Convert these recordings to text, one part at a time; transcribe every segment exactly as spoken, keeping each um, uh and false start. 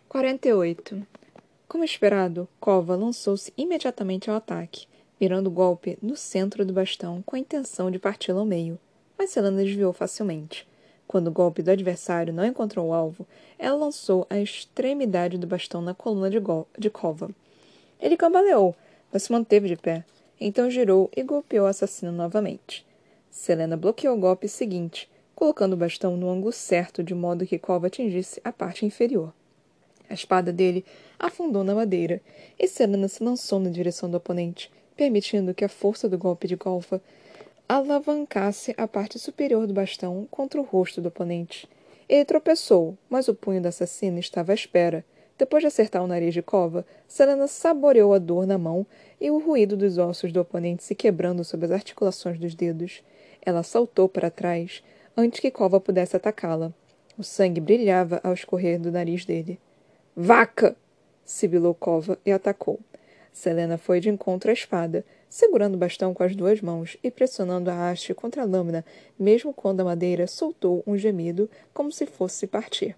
quarenta e oito. Como esperado, Kova lançou-se imediatamente ao ataque, mirando o golpe no centro do bastão com a intenção de parti-lo ao meio, mas Selena desviou facilmente. Quando o golpe do adversário não encontrou o alvo, ela lançou a extremidade do bastão na coluna de, de Kova. Ele cambaleou, mas se manteve de pé. Então girou e golpeou o assassino novamente. Selena bloqueou o golpe seguinte, colocando o bastão no ângulo certo de modo que Kova atingisse a parte inferior. A espada dele afundou na madeira, e Selena se lançou na direção do oponente, permitindo que a força do golpe de Kova alavancasse a parte superior do bastão contra o rosto do oponente. Ele tropeçou, mas o punho do assassino estava à espera. Depois de acertar o nariz de Kova, Selena saboreou a dor na mão e o ruído dos ossos do oponente se quebrando sob as articulações dos dedos. Ela saltou para trás antes que Kova pudesse atacá-la. O sangue brilhava ao escorrer do nariz dele. Vaca! Sibilou Kova e atacou. Selena foi de encontro à espada, segurando o bastão com as duas mãos e pressionando a haste contra a lâmina, mesmo quando a madeira soltou um gemido, como se fosse partir.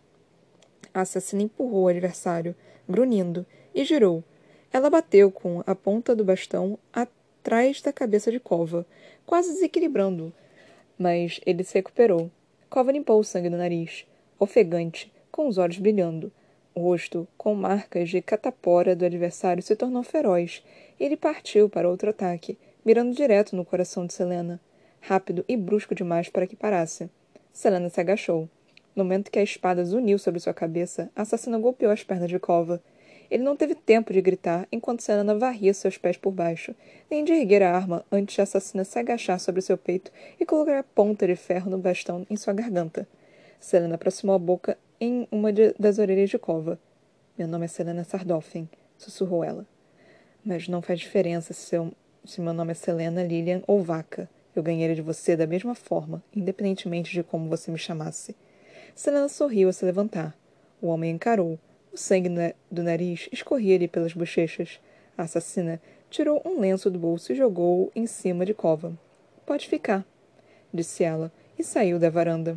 A assassina empurrou o adversário, grunhindo, e girou. Ela bateu com a ponta do bastão atrás da cabeça de Kova, quase desequilibrando-o, mas ele se recuperou. Kova limpou o sangue do nariz, ofegante, com os olhos brilhando. O rosto, com marcas de catapora do adversário, se tornou feroz, e ele partiu para outro ataque, mirando direto no coração de Selena, rápido e brusco demais para que parasse. Selena se agachou. No momento que a espada zuniu sobre sua cabeça, a assassina golpeou as pernas de Kova. Ele não teve tempo de gritar enquanto Selena varria seus pés por baixo, nem de erguer a arma antes de a assassina se agachar sobre seu peito e colocar a ponta de ferro no bastão em sua garganta. Selena aproximou a boca em uma de, das orelhas de Kova. Meu nome é Selena Sardoffin, sussurrou ela. Mas não faz diferença se, eu, se meu nome é Selena, Lilian ou Vaca. Eu ganharia de você da mesma forma, independentemente de como você me chamasse. Selena sorriu ao se levantar. O homem encarou. O sangue do nariz escorria-lhe pelas bochechas. A assassina tirou um lenço do bolso e jogou-o em cima de Kova. Pode ficar, disse ela, e saiu da varanda.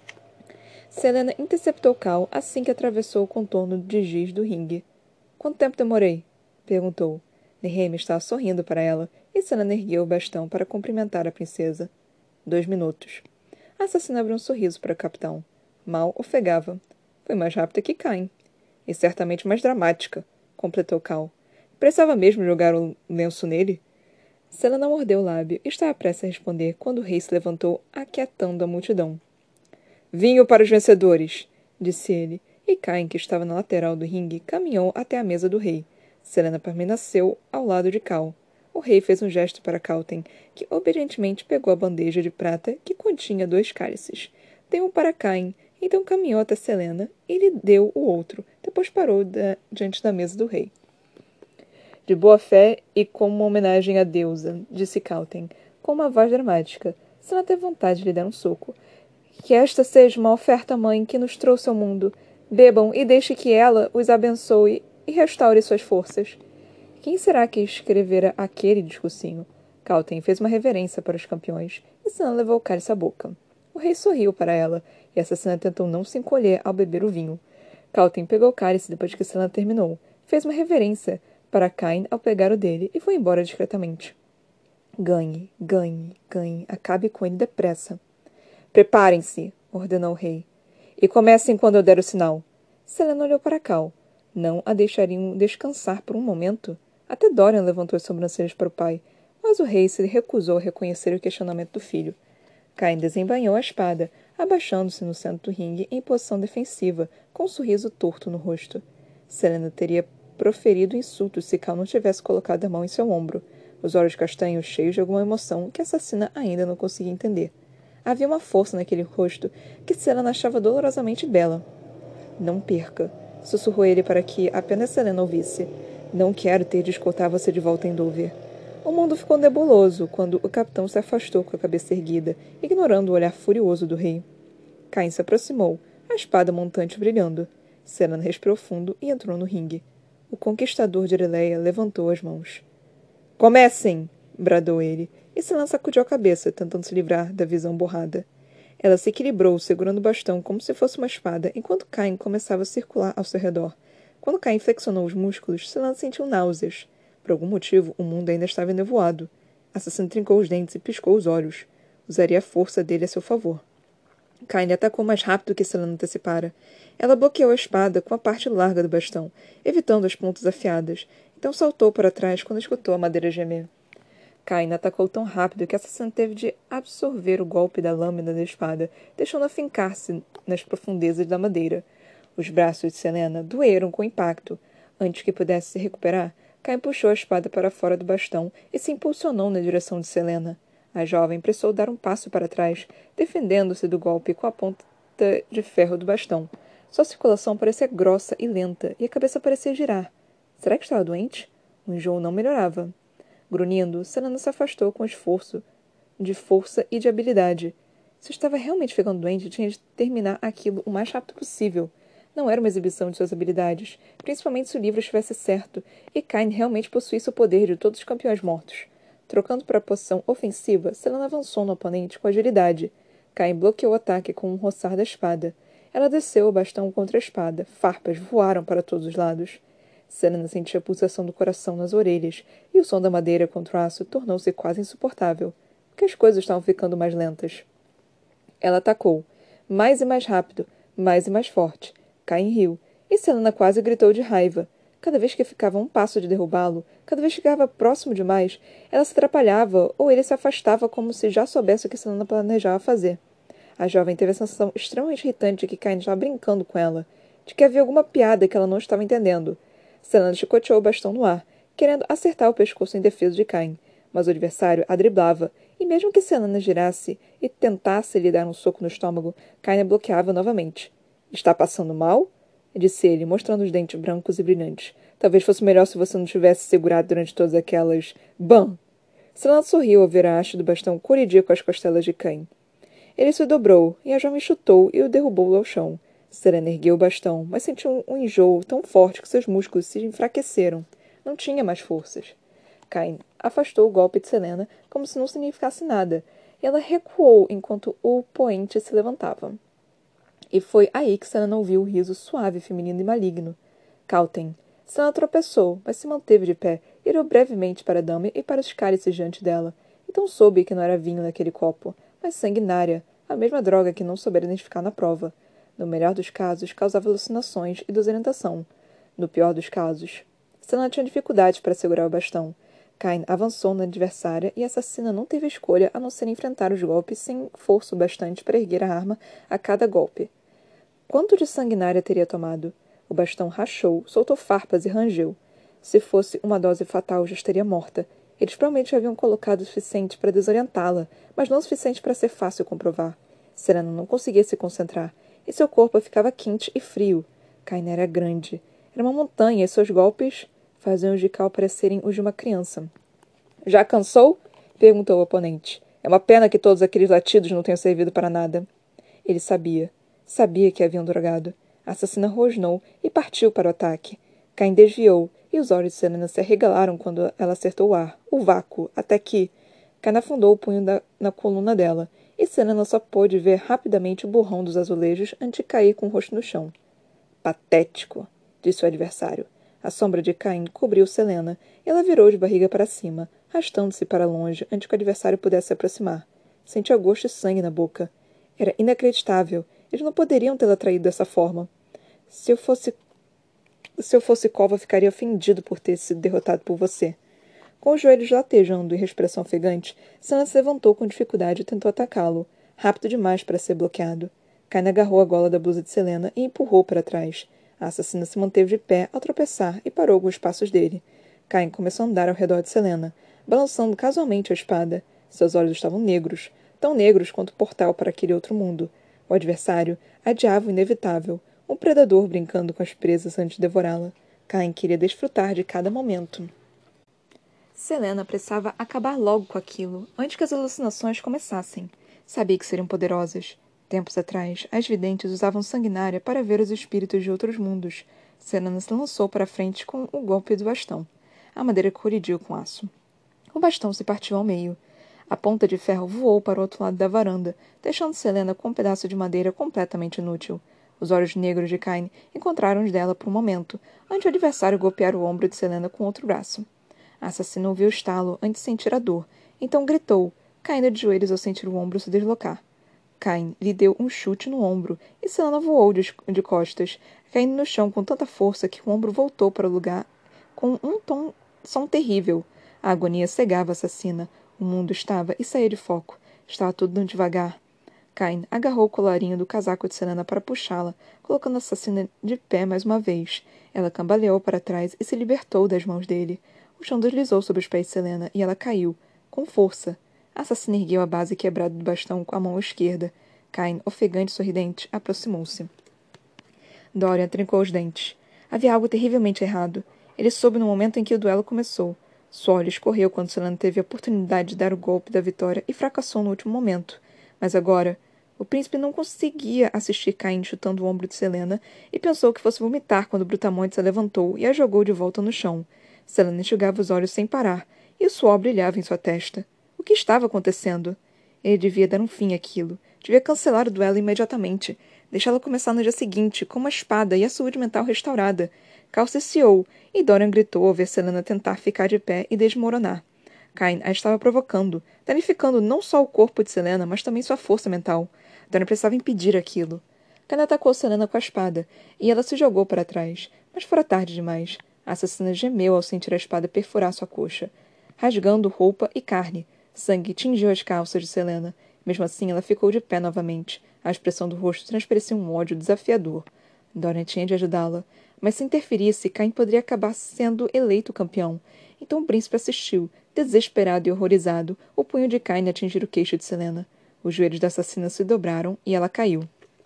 Selena interceptou Cal assim que atravessou o contorno de giz do ringue. Quanto tempo demorei? Perguntou. Neheme estava sorrindo para ela, e Selena ergueu o bastão para cumprimentar a princesa. Dois minutos. A assassina abriu um sorriso para o capitão. Mal ofegava. Foi mais rápida que Cain. E certamente mais dramática, completou Cal. Precisava mesmo jogar o lenço nele? Selena mordeu o lábio e estava prestes a responder quando o rei se levantou, aquietando a multidão. Vinho para os vencedores, disse ele, e Cain, que estava na lateral do ringue, caminhou até a mesa do rei. Selena permaneceu ao lado de Cal. O rei fez um gesto para Calten, que obedientemente pegou a bandeja de prata que continha dois cálices. Deu um para Cain, então caminhou até Selena e lhe deu o outro. Depois parou da, diante da mesa do rei. De boa fé e como uma homenagem à deusa, disse Calten, com uma voz dramática. Selena teve vontade de lhe dar um soco. Que esta seja uma oferta-mãe que nos trouxe ao mundo. Bebam e deixe que ela os abençoe e restaure suas forças. Quem será que escrevera aquele discursinho? Calten fez uma reverência para os campeões e Selena levou o cálice à boca. O rei sorriu para ela e a assassina tentou não se encolher ao beber o vinho. Calten pegou o cálice depois que Selena terminou. Fez uma reverência para Cain ao pegar o dele e foi embora discretamente. Ganhe, ganhe, ganhe. Acabe com ele depressa. Preparem-se, ordenou o rei. E comecem quando eu der o sinal. Selena olhou para Cal. Não a deixariam descansar por um momento? Até Dorian levantou as sobrancelhas para o pai, mas o rei se recusou a reconhecer o questionamento do filho. Cain desembainhou a espada, abaixando-se no centro do ringue em posição defensiva, com um sorriso torto no rosto. Selena teria proferido insultos se Cal não tivesse colocado a mão em seu ombro, os olhos castanhos cheios de alguma emoção que a assassina ainda não conseguia entender. Havia uma força naquele rosto que Selena achava dolorosamente bela. Não perca, sussurrou ele para que apenas Selena ouvisse. Não quero ter de escoltar você de volta em Dover. O mundo ficou nebuloso quando o capitão se afastou com a cabeça erguida, ignorando o olhar furioso do rei. Cain se aproximou, a espada montante brilhando. Selena respirou fundo e entrou no ringue. O conquistador de Arileia levantou as mãos. Comecem! Bradou ele, e Selena sacudiu a cabeça, tentando se livrar da visão borrada. Ela se equilibrou, segurando o bastão como se fosse uma espada, enquanto Cain começava a circular ao seu redor. Quando Caim flexionou os músculos, Selena sentiu náuseas. Por algum motivo, o mundo ainda estava enevoado. Assassino trincou os dentes e piscou os olhos. Usaria a força dele a seu favor. Cain atacou mais rápido que Selena antecipara. Ela bloqueou a espada com a parte larga do bastão, evitando as pontas afiadas, então saltou para trás quando escutou a madeira gemer. Cain atacou tão rápido que a assassina teve de absorver o golpe da lâmina da espada, deixando-a fincar-se nas profundezas da madeira. Os braços de Selena doeram com o impacto. Antes que pudesse se recuperar, Cain puxou a espada para fora do bastão e se impulsionou na direção de Selena. A jovem precisou dar um passo para trás, defendendo-se do golpe com a ponta de ferro do bastão. Sua circulação parecia grossa e lenta, e a cabeça parecia girar. Será que estava doente? O enjoo não melhorava. Grunhindo, Selena se afastou com esforço, de força e de habilidade. Se estava realmente ficando doente, tinha de terminar aquilo o mais rápido possível. Não era uma exibição de suas habilidades, principalmente se o livro estivesse certo, e Cain realmente possuísse o poder de todos os campeões mortos. Trocando para a posição ofensiva, Selena avançou no oponente com agilidade. Cain bloqueou o ataque com um roçar da espada. Ela desceu o bastão contra a espada. Farpas voaram para todos os lados. Selena sentia a pulsação do coração nas orelhas, e o som da madeira contra o aço tornou-se quase insuportável, porque as coisas estavam ficando mais lentas. Ela atacou. Mais e mais rápido, mais e mais forte. Cain riu, e Selena quase gritou de raiva. Cada vez que ficava a um passo de derrubá-lo, cada vez que ficava próximo demais, ela se atrapalhava ou ele se afastava como se já soubesse o que Selena planejava fazer. A jovem teve a sensação extremamente irritante de que Cain estava brincando com ela, de que havia alguma piada que ela não estava entendendo. Selena chicoteou o bastão no ar, querendo acertar o pescoço indefeso de Cain, mas o adversário a driblava, e mesmo que Selena girasse e tentasse lhe dar um soco no estômago, Cain a bloqueava novamente. Está passando mal? Disse ele, mostrando os dentes brancos e brilhantes. Talvez fosse melhor se você não tivesse segurado durante todas aquelas... Bam! Selena sorriu ao ver a haste do bastão colidir com as costelas de Cain. Ele se dobrou, e a jovem chutou e o derrubou ao chão. Selena ergueu o bastão, mas sentiu um enjoo tão forte que seus músculos se enfraqueceram. Não tinha mais forças. Cain afastou o golpe de Selena como se não significasse nada, e ela recuou enquanto o poente se levantava. E foi aí que Selena ouviu o riso suave, feminino e maligno. Cauten. Selena tropeçou, mas se manteve de pé, e olhou brevemente para a dama e para os cálices diante dela. Então soube que não era vinho naquele copo, mas sanguinária, a mesma droga que não soubera identificar na prova. No melhor dos casos, causava alucinações e desorientação. No pior dos casos, Selena tinha dificuldades para segurar o bastão. Cain avançou na adversária e a assassina não teve escolha a não ser enfrentar os golpes sem força o bastante para erguer a arma a cada golpe. Quanto de sanguinária teria tomado? O bastão rachou, soltou farpas e rangeu. Se fosse uma dose fatal, já estaria morta. Eles provavelmente haviam colocado o suficiente para desorientá-la, mas não o suficiente para ser fácil comprovar. Selena não conseguia se concentrar, e seu corpo ficava quente e frio. Cain era grande. Era uma montanha, e seus golpes faziam os de Cal parecerem os de uma criança. Já cansou? Perguntou o oponente. É uma pena que todos aqueles latidos não tenham servido para nada. Ele sabia. Sabia que haviam drogado. A assassina rosnou e partiu para o ataque. Cain desviou, e os olhos de Selena se arregalaram quando ela acertou o ar, o vácuo, até que... Cain afundou o punho da, na coluna dela, e Selena só pôde ver rapidamente o borrão dos azulejos antes de cair com o rosto no chão. Patético, disse o adversário. A sombra de Cain cobriu Selena, e ela virou de barriga para cima, arrastando-se para longe antes que o adversário pudesse se aproximar. Sentia gosto de sangue na boca. Era inacreditável. Eles não poderiam tê-la traído dessa forma. Se eu fosse... Se eu fosse Cova, ficaria ofendido por ter sido derrotado por você. Com os joelhos latejando e respiração ofegante, Selena se levantou com dificuldade e tentou atacá-lo, rápido demais para ser bloqueado. Cain agarrou a gola da blusa de Selena e empurrou para trás. A assassina se manteve de pé ao tropeçar e parou alguns passos dele. Cain começou a andar ao redor de Selena, balançando casualmente a espada. Seus olhos estavam negros, tão negros quanto o portal para aquele outro mundo. O adversário adiava o inevitável, um predador brincando com as presas antes de devorá-la. Cain queria desfrutar de cada momento. Selena precisava acabar logo com aquilo, antes que as alucinações começassem. Sabia que seriam poderosas. Tempos atrás, as videntes usavam sanguinária para ver os espíritos de outros mundos. Selena se lançou para frente com o golpe do bastão. A madeira colidiu com o aço. O bastão se partiu ao meio. A ponta de ferro voou para o outro lado da varanda, deixando Selena com um pedaço de madeira completamente inútil. Os olhos negros de Cain encontraram os dela por um momento, antes do adversário golpear o ombro de Selena com outro braço. A assassina ouviu o estalo antes de sentir a dor, então gritou, caindo de joelhos ao sentir o ombro se deslocar. Cain lhe deu um chute no ombro e Selena voou de, de costas, caindo no chão com tanta força que o ombro voltou para o lugar com um tom, som terrível. A agonia cegava a assassina. O mundo estava e saía de foco. Estava tudo dando devagar. Cain agarrou o colarinho do casaco de Selena para puxá-la, colocando a assassina de pé mais uma vez. Ela cambaleou para trás e se libertou das mãos dele. O chão deslizou sob os pés de Selena e ela caiu, com força. A assassina ergueu a base quebrada do bastão com a mão esquerda. Cain, ofegante e sorridente, aproximou-se. Dorian trincou os dentes. Havia algo terrivelmente errado. Ele soube no momento em que o duelo começou. Sua olho escorreu quando Selena teve a oportunidade de dar o golpe da vitória e fracassou no último momento. Mas agora, o príncipe não conseguia assistir Cain chutando o ombro de Selena e pensou que fosse vomitar quando Brutamonte se levantou e a jogou de volta no chão. Selena enxugava os olhos sem parar, e o suor brilhava em sua testa. O que estava acontecendo? Ele devia dar um fim àquilo. Devia cancelar o duelo imediatamente. Deixá-la começar no dia seguinte, com uma espada e a saúde mental restaurada. Cal cesseou, e Dorian gritou ao ver Selena tentar ficar de pé e desmoronar. Cain a estava provocando, danificando não só o corpo de Selena, mas também sua força mental. Dorian precisava impedir aquilo. Cain atacou Selena com a espada, e ela se jogou para trás, mas fora tarde demais. A assassina gemeu ao sentir a espada perfurar sua coxa, rasgando roupa e carne. Sangue tingiu as calças de Selena. Mesmo assim, ela ficou de pé novamente. A expressão do rosto transparecia um ódio desafiador. Dorian tinha de ajudá-la, mas se interferisse, Cain poderia acabar sendo eleito campeão. Então o príncipe assistiu, desesperado e horrorizado, o punho de Cain atingir o queixo de Selena. Os joelhos da assassina se dobraram e ela caiu.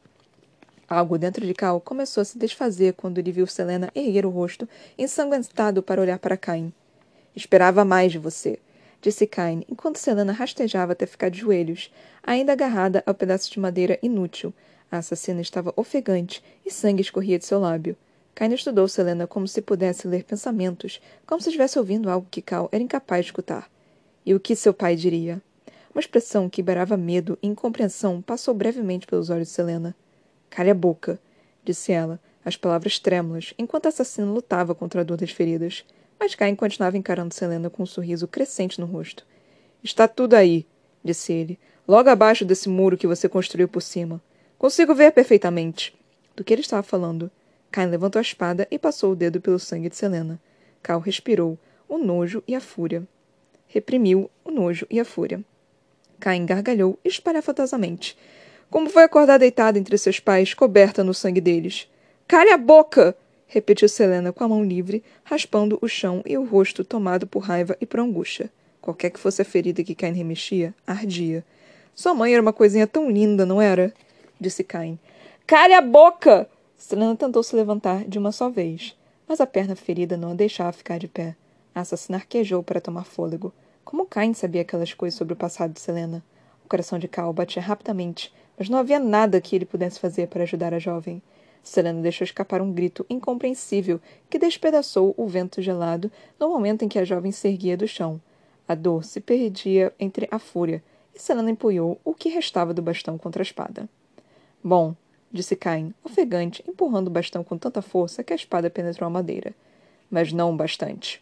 Algo dentro de Cal começou a se desfazer quando ele viu Selena erguer o rosto, ensanguentado para olhar para Cain. Esperava mais de você, disse Cain, enquanto Selena rastejava até ficar de joelhos, ainda agarrada ao pedaço de madeira inútil. A assassina estava ofegante e sangue escorria de seu lábio. Cain estudou Selena como se pudesse ler pensamentos, como se estivesse ouvindo algo que Cal era incapaz de escutar. E o que seu pai diria? Uma expressão que beirava medo e incompreensão passou brevemente pelos olhos de Selena. Cale a boca, disse ela, as palavras trêmulas, enquanto a assassina lutava contra a dor das feridas. Mas Cain continuava encarando Selena com um sorriso crescente no rosto. Está tudo aí, disse ele, logo abaixo desse muro que você construiu por cima. Consigo ver perfeitamente. Do que ele estava falando? Cain levantou a espada e passou o dedo pelo sangue de Selena. Cal respirou, o nojo e a fúria. Reprimiu o nojo e a fúria. Cain gargalhou espalhafatosamente. Como foi acordar deitada entre seus pais, coberta no sangue deles? Cale a boca! Repetiu Selena com a mão livre, raspando o chão e o rosto tomado por raiva e por angústia. Qualquer que fosse a ferida que Cain remexia, ardia. Sua mãe era uma coisinha tão linda, não era? Disse Cain. Cale a boca! Selena tentou se levantar de uma só vez, mas a perna ferida não a deixava ficar de pé. A assassina arquejou para tomar fôlego. Como Cain sabia aquelas coisas sobre o passado de Selena? O coração de Cal batia rapidamente, mas não havia nada que ele pudesse fazer para ajudar a jovem. Selena deixou escapar um grito incompreensível que despedaçou o vento gelado no momento em que a jovem se erguia do chão. A dor se perdia entre a fúria, e Selena empunhou o que restava do bastão contra a espada. Bom, disse Cain, ofegante, empurrando o bastão com tanta força que a espada penetrou a madeira. Mas não o bastante.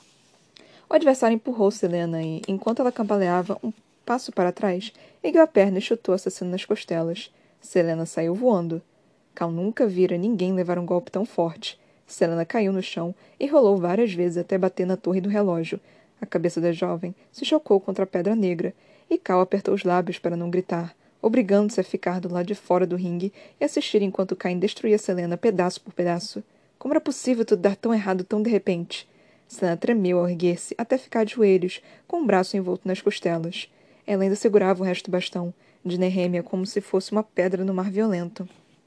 O adversário empurrou Selena e, enquanto ela cambaleava um passo para trás, ergueu a perna e chutou o assassino nas costelas. Selena saiu voando. Cal nunca vira ninguém levar um golpe tão forte. Selena caiu no chão e rolou várias vezes até bater na torre do relógio. A cabeça da jovem se chocou contra a pedra negra, e Cal apertou os lábios para não gritar, obrigando-se a ficar do lado de fora do ringue e assistir enquanto Cain destruía Selena pedaço por pedaço. Como era possível tudo dar tão errado tão de repente? Selena tremeu ao erguer-se até ficar de joelhos, com o braço envolto nas costelas. Ela ainda segurava o resto do bastão, de Nehemia como se fosse uma pedra no mar violento.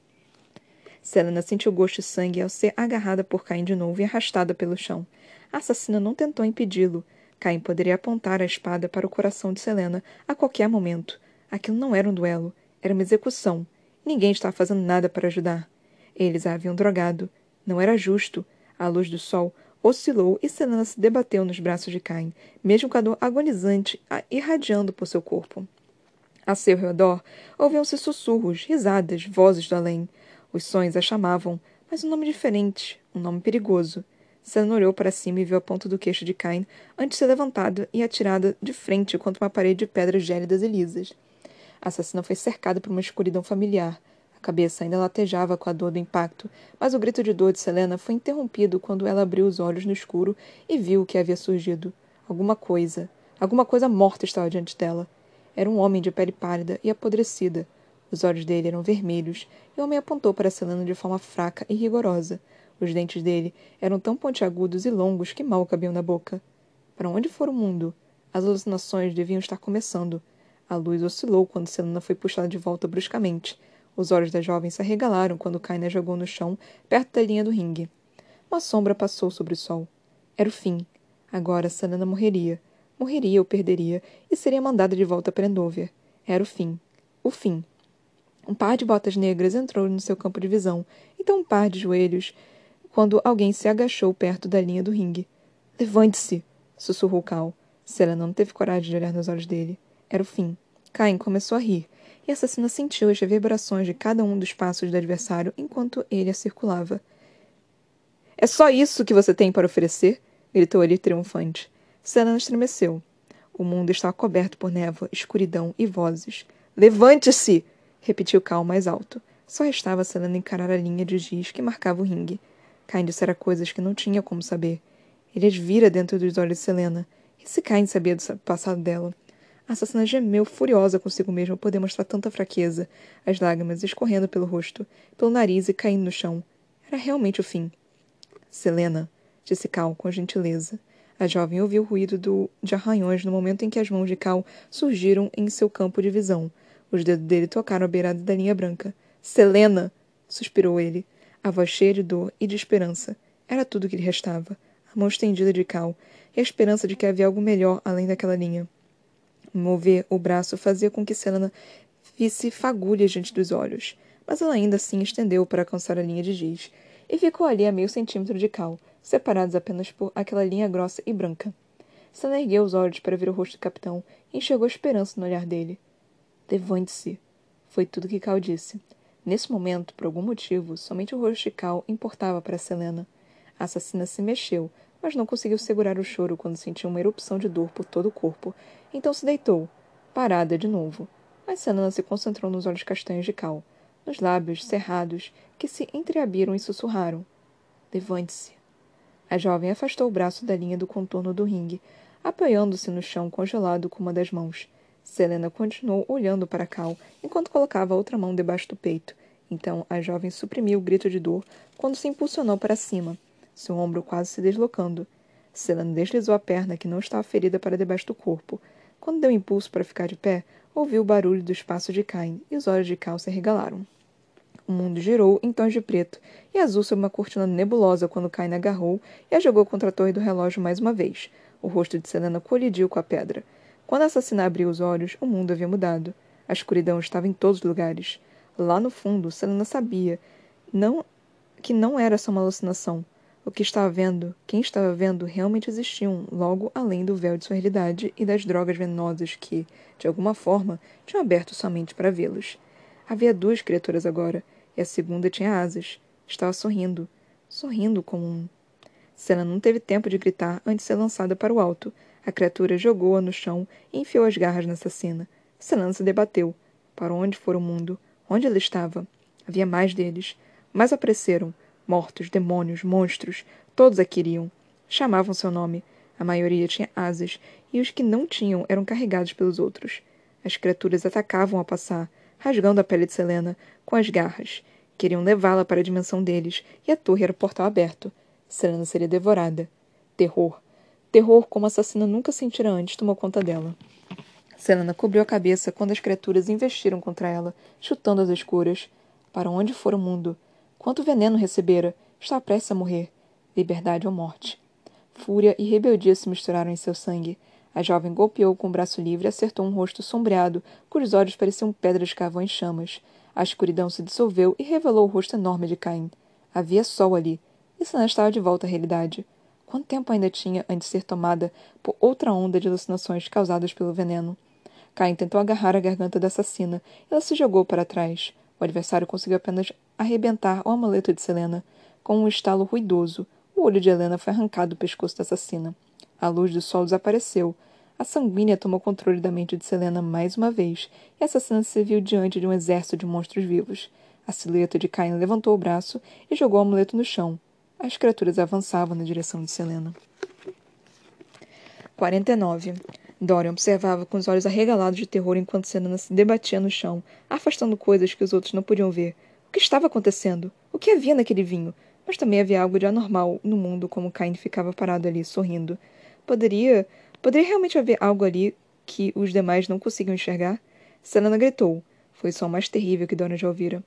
Selena sentiu gosto de sangue ao ser agarrada por Cain de novo e arrastada pelo chão. A assassina não tentou impedi-lo. Cain poderia apontar a espada para o coração de Selena a qualquer momento. Aquilo não era um duelo, era uma execução. Ninguém estava fazendo nada para ajudar. Eles a haviam drogado. Não era justo. A luz do sol oscilou e Selena se debateu nos braços de Cain, mesmo com a dor agonizante irradiando por seu corpo. A seu redor ouviam-se sussurros, risadas, vozes do além. Os sonhos a chamavam, mas um nome diferente, um nome perigoso. Selena olhou para cima e viu a ponta do queixo de Cain antes de ser levantada e atirada de frente contra uma parede de pedras gélidas e lisas. A assassina foi cercada por uma escuridão familiar. A cabeça ainda latejava com a dor do impacto, mas o grito de dor de Selena foi interrompido quando ela abriu os olhos no escuro e viu o que havia surgido. Alguma coisa. Alguma coisa morta estava diante dela. Era um homem de pele pálida e apodrecida. Os olhos dele eram vermelhos, e o homem apontou para Selena de forma fraca e rigorosa. Os dentes dele eram tão pontiagudos e longos que mal cabiam na boca. Para onde fora o mundo? As alucinações deviam estar começando. A luz oscilou quando Selena foi puxada de volta bruscamente. Os olhos da jovem se arregalaram quando Kaina jogou no chão, perto da linha do ringue. Uma sombra passou sobre o sol. Era o fim. Agora Selena morreria. Morreria ou perderia, e seria mandada de volta para Endover. Era o fim. O fim. Um par de botas negras entrou no seu campo de visão, então um par de joelhos, quando alguém se agachou perto da linha do ringue. Levante-se! Sussurrou Cal. Selena não teve coragem de olhar nos olhos dele. Era o fim. Cain começou a rir, e a assassina sentiu as reverberações de cada um dos passos do adversário enquanto ele a circulava. É só isso que você tem para oferecer? Gritou ele triunfante. Selena estremeceu. O mundo estava coberto por névoa, escuridão e vozes. Levante-se! Repetiu Cal mais alto. Só restava Selena encarar a linha de giz que marcava o ringue. Cain dissera coisas que não tinha como saber. Ele as vira dentro dos olhos de Selena. E se Cain sabia do passado dela? A assassina gemeu furiosa consigo mesma por demonstrar tanta fraqueza, as lágrimas escorrendo pelo rosto, pelo nariz e caindo no chão. Era realmente o fim. Selena, disse Cal com gentileza. A jovem ouviu o ruído do, de arranhões no momento em que as mãos de Cal surgiram em seu campo de visão. Os dedos dele tocaram a beirada da linha branca. Selena! Suspirou ele, a voz cheia de dor e de esperança. Era tudo que lhe restava. A mão estendida de Cal, e a esperança de que havia algo melhor além daquela linha. Mover o braço fazia com que Selena visse fagulhas diante dos olhos, mas ela ainda assim estendeu para alcançar a linha de giz, e ficou ali a meio centímetro de Cal, separados apenas por aquela linha grossa e branca. Selena ergueu os olhos para ver o rosto do capitão e enxergou esperança no olhar dele. Levante-se, foi tudo que Cal disse. Nesse momento, por algum motivo, somente o rosto de Cal importava para Selena. A assassina se mexeu, mas não conseguiu segurar o choro quando sentiu uma erupção de dor por todo o corpo. Então se deitou, parada de novo. Mas Selena se concentrou nos olhos castanhos de Cal, nos lábios cerrados que se entreabriram e sussurraram. Levante-se. A jovem afastou o braço da linha do contorno do ringue, apoiando-se no chão congelado com uma das mãos. Selena continuou olhando para Cal, enquanto colocava a outra mão debaixo do peito. Então a jovem suprimiu o grito de dor quando se impulsionou para cima, seu ombro quase se deslocando. Selena deslizou a perna que não estava ferida para debaixo do corpo. Quando deu impulso para ficar de pé, ouviu o barulho dos passos de Cain e os olhos de Cal se arregalaram. O mundo girou em tons de preto e azul sob uma cortina nebulosa quando Cain agarrou e a jogou contra a torre do relógio mais uma vez. O rosto de Selena colidiu com a pedra. Quando a assassina abriu os olhos, o mundo havia mudado. A escuridão estava em todos os lugares. Lá no fundo, Selena sabia não, que não era só uma alucinação. O que estava vendo, quem estava vendo, realmente existiam logo além do véu de sua realidade e das drogas venenosas que, de alguma forma, tinham aberto sua mente para vê-los. Havia duas criaturas agora, e a segunda tinha asas. Estava sorrindo. Sorrindo como um... Selena não teve tempo de gritar antes de ser lançada para o alto. A criatura jogou-a no chão e enfiou as garras na assassina. Selena se debateu. Para onde fora o mundo? Onde ela estava? Havia mais deles. Mas apareceram. Mortos, demônios, monstros. Todos a queriam. Chamavam seu nome. A maioria tinha asas, e os que não tinham eram carregados pelos outros. As criaturas atacavam ao passar, rasgando a pele de Selena com as garras. Queriam levá-la para a dimensão deles, e a torre era o portal aberto. Selena seria devorada. Terror. Terror como a assassina nunca sentira antes tomou conta dela. Selena cobriu a cabeça quando as criaturas investiram contra ela, chutando as escuras. Para onde fora o mundo? Quanto veneno recebera? Estava prestes a morrer. Liberdade ou morte. Fúria e rebeldia se misturaram em seu sangue. A jovem golpeou com o braço livre e acertou um rosto sombreado, cujos olhos pareciam pedras de carvão em chamas. A escuridão se dissolveu e revelou o rosto enorme de Cain. Havia sol ali. E Selena estava de volta à realidade. Quanto tempo ainda tinha antes de ser tomada por outra onda de alucinações causadas pelo veneno? Cain tentou agarrar a garganta da assassina e ela se jogou para trás. O adversário conseguiu apenas arrebentar o amuleto de Selena. Com um estalo ruidoso, o olho de Helena foi arrancado do pescoço da assassina. A luz do sol desapareceu. A sanguínea tomou controle da mente de Selena mais uma vez, e a assassina se viu diante de um exército de monstros vivos. A silhueta de Cain levantou o braço e jogou o amuleto no chão. As criaturas avançavam na direção de Selena. quarenta e nove. Dorian observava com os olhos arregalados de terror enquanto Selena se debatia no chão, afastando coisas que os outros não podiam ver. O que estava acontecendo? O que havia naquele vinho? Mas também havia algo de anormal no mundo como Cain ficava parado ali, sorrindo. Poderia... Poderia realmente haver algo ali que os demais não conseguiam enxergar? Selena gritou. Foi o som mais terrível que Dorian já ouvira.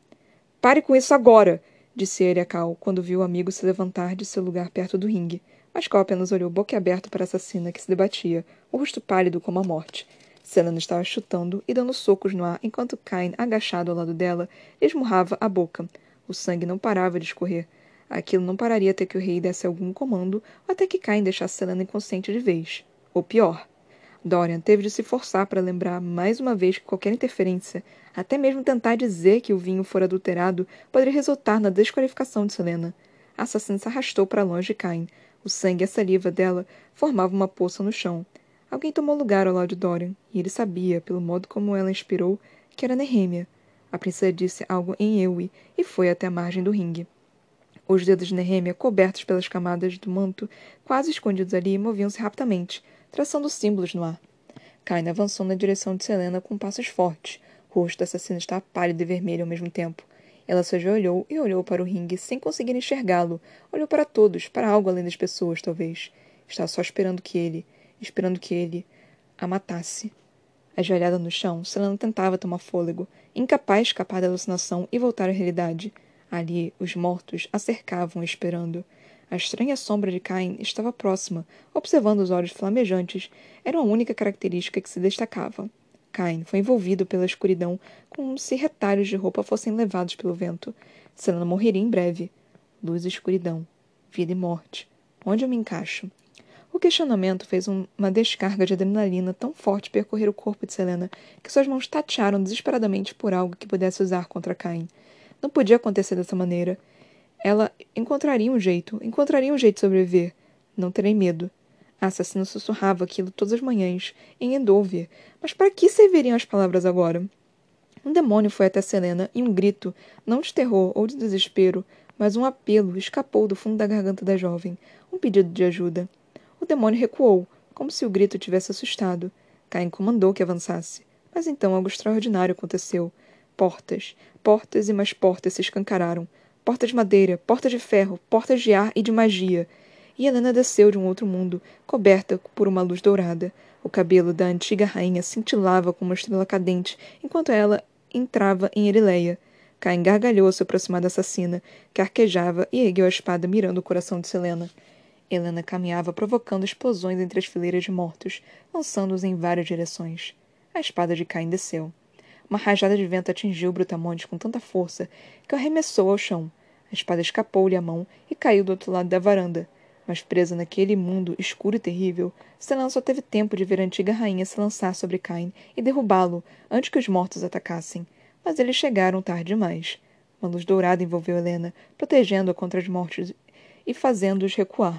Pare com isso agora! Disse ele a Cal, quando viu o amigo se levantar de seu lugar perto do ringue. Mas Cal apenas olhou boquiaberto para a assassina que se debatia, o rosto pálido como a morte. Selena estava chutando e dando socos no ar, enquanto Cain, agachado ao lado dela, lhe esmurrava a boca. O sangue não parava de escorrer. Aquilo não pararia até que o rei desse algum comando, ou até que Cain deixasse Selena inconsciente de vez. Ou pior. Dorian teve de se forçar para lembrar mais uma vez que qualquer interferência, até mesmo tentar dizer que o vinho fora adulterado, poderia resultar na desqualificação de Selena. A assassina se arrastou para longe de Cain. O sangue e a saliva dela formavam uma poça no chão. Alguém tomou lugar ao lado de Dorian, e ele sabia, pelo modo como ela inspirou, que era Nehemia. A princesa disse algo em Ewe e foi até a margem do ringue. Os dedos de Nehemia, cobertos pelas camadas do manto, quase escondidos ali, moviam-se rapidamente, traçando símbolos no ar. Cain avançou na direção de Selena com passos fortes. O rosto da assassina estava pálido e vermelho ao mesmo tempo. Ela se ajoelhou e olhou para o ringue sem conseguir enxergá-lo. Olhou para todos, para algo além das pessoas, talvez. Estava só esperando que ele, esperando que ele a matasse. Ajoelhada no chão, Selena tentava tomar fôlego, incapaz de escapar da alucinação e voltar à realidade. Ali, os mortos a cercavam, esperando. A estranha sombra de Cain estava próxima, observando os olhos flamejantes. Era a única característica que se destacava. Cain foi envolvido pela escuridão, como se retalhos de roupa fossem levados pelo vento. Selena morreria em breve. Luz e escuridão. Vida e morte. Onde eu me encaixo? O questionamento fez um, uma descarga de adrenalina tão forte percorrer o corpo de Selena que suas mãos tatearam desesperadamente por algo que pudesse usar contra Cain. Não podia acontecer dessa maneira. Ela encontraria um jeito, encontraria um jeito de sobreviver. Não terei medo. A assassina sussurrava aquilo todas as manhãs, em Endover. Mas para que serviriam as palavras agora? Um demônio foi até Selena e um grito, não de terror ou de desespero, mas um apelo escapou do fundo da garganta da jovem, um pedido de ajuda. O demônio recuou, como se o grito tivesse assustado. Cain comandou que avançasse. Mas então algo extraordinário aconteceu. Portas, portas e mais portas se escancararam. Portas de madeira, portas de ferro, portas de ar e de magia. E Helena desceu de um outro mundo, coberta por uma luz dourada. O cabelo da antiga rainha cintilava como uma estrela cadente, enquanto ela entrava em Erileia. Cain gargalhou ao se aproximar da assassina, que arquejava e ergueu a espada mirando o coração de Selena. Helena caminhava provocando explosões entre as fileiras de mortos, lançando-os em várias direções. A espada de Cain desceu. Uma rajada de vento atingiu Brutamontes com tanta força que o arremessou ao chão. A espada escapou-lhe à mão e caiu do outro lado da varanda. Mas presa naquele mundo escuro e terrível, Selena só teve tempo de ver a antiga rainha se lançar sobre Cain e derrubá-lo antes que os mortos atacassem. Mas eles chegaram tarde demais. Uma luz dourada envolveu Helena, protegendo-a contra as mortes e fazendo-os recuar.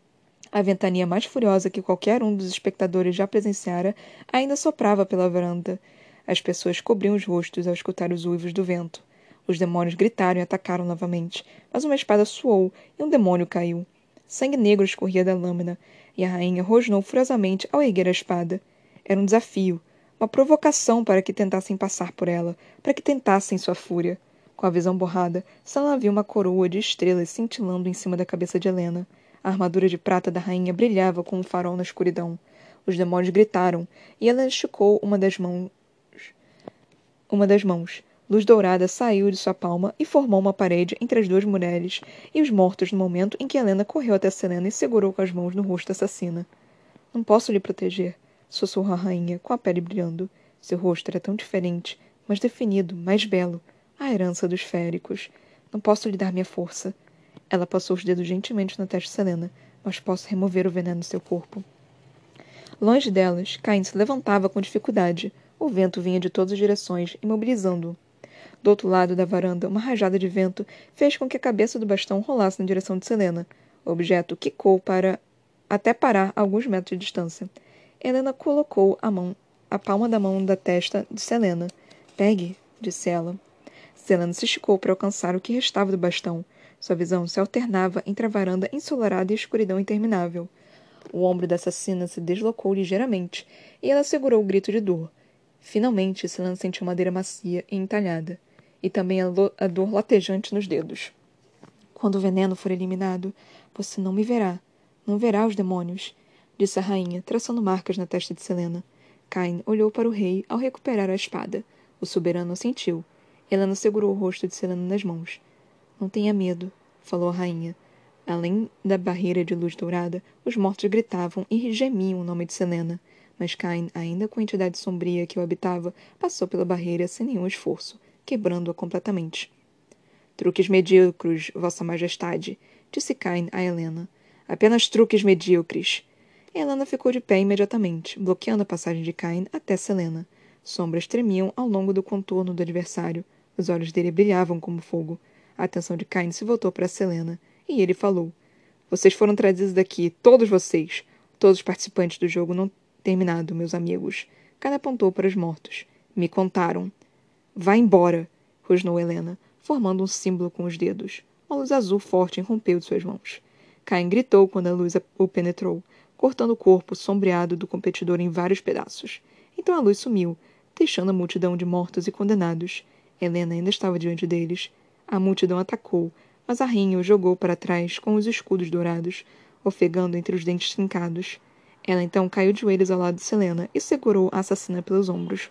A ventania mais furiosa que qualquer um dos espectadores já presenciara ainda soprava pela varanda. As pessoas cobriam os rostos ao escutar os uivos do vento. Os demônios gritaram e atacaram novamente, mas uma espada soou e um demônio caiu. Sangue negro escorria da lâmina, e a rainha rosnou furiosamente ao erguer a espada. Era um desafio, uma provocação para que tentassem passar por ela, para que tentassem sua fúria. Com a visão borrada, Selena viu uma coroa de estrelas cintilando em cima da cabeça de Helena. A armadura de prata da rainha brilhava como um farol na escuridão. Os demônios gritaram, e ela esticou uma das mãos. Uma das mãos. Luz dourada saiu de sua palma e formou uma parede entre as duas mulheres e os mortos no momento em que Helena correu até Selena e segurou com as mãos no rosto da assassina. Não posso lhe proteger, sussurrou a rainha, com a pele brilhando. Seu rosto era tão diferente, mais definido, mais belo. A herança dos féricos. Não posso lhe dar minha força. Ela passou os dedos gentilmente na testa de Selena, mas posso remover o veneno do seu corpo. Longe delas, Cain se levantava com dificuldade. O vento vinha de todas as direções, imobilizando-o. Do outro lado da varanda, uma rajada de vento fez com que a cabeça do bastão rolasse na direção de Selena. O objeto quicou para até parar a alguns metros de distância. Helena colocou a mão, a palma da mão da testa de Selena. Pegue, disse ela. Selena se esticou para alcançar o que restava do bastão. Sua visão se alternava entre a varanda ensolarada e a escuridão interminável. O ombro da assassina se deslocou ligeiramente, e ela segurou o grito de dor. Finalmente, Selena sentiu madeira macia e entalhada, e também a, a dor latejante nos dedos. Quando o veneno for eliminado, você não me verá. Não verá os demônios, disse a rainha, traçando marcas na testa de Selena. Cain olhou para o rei ao recuperar a espada. O soberano assentiu. Helena segurou o rosto de Selena nas mãos. Não tenha medo, falou a rainha. Além da barreira de luz dourada, os mortos gritavam e gemiam o nome de Selena. Mas Cain, ainda com a entidade sombria que o habitava, passou pela barreira sem nenhum esforço, quebrando-a completamente. Truques medíocres, Vossa Majestade, disse Cain a Helena. Apenas truques medíocres. Helena ficou de pé imediatamente, bloqueando a passagem de Cain até Selena. Sombras tremiam ao longo do contorno do adversário. Os olhos dele brilhavam como fogo. A atenção de Cain se voltou para Selena, e ele falou. Vocês foram trazidos daqui, todos vocês. Todos os participantes do jogo não terminado, meus amigos. Cain apontou para os mortos. Me contaram. Vá embora, rosnou Helena, formando um símbolo com os dedos. Uma luz azul forte irrompeu de suas mãos. Cain gritou quando a luz o penetrou, cortando o corpo sombreado do competidor em vários pedaços. Então a luz sumiu, deixando a multidão de mortos e condenados. Helena ainda estava diante deles. A multidão atacou, mas a rainha o jogou para trás com os escudos dourados, ofegando entre os dentes trincados. Ela então caiu de joelhos ao lado de Selena e segurou a assassina pelos ombros.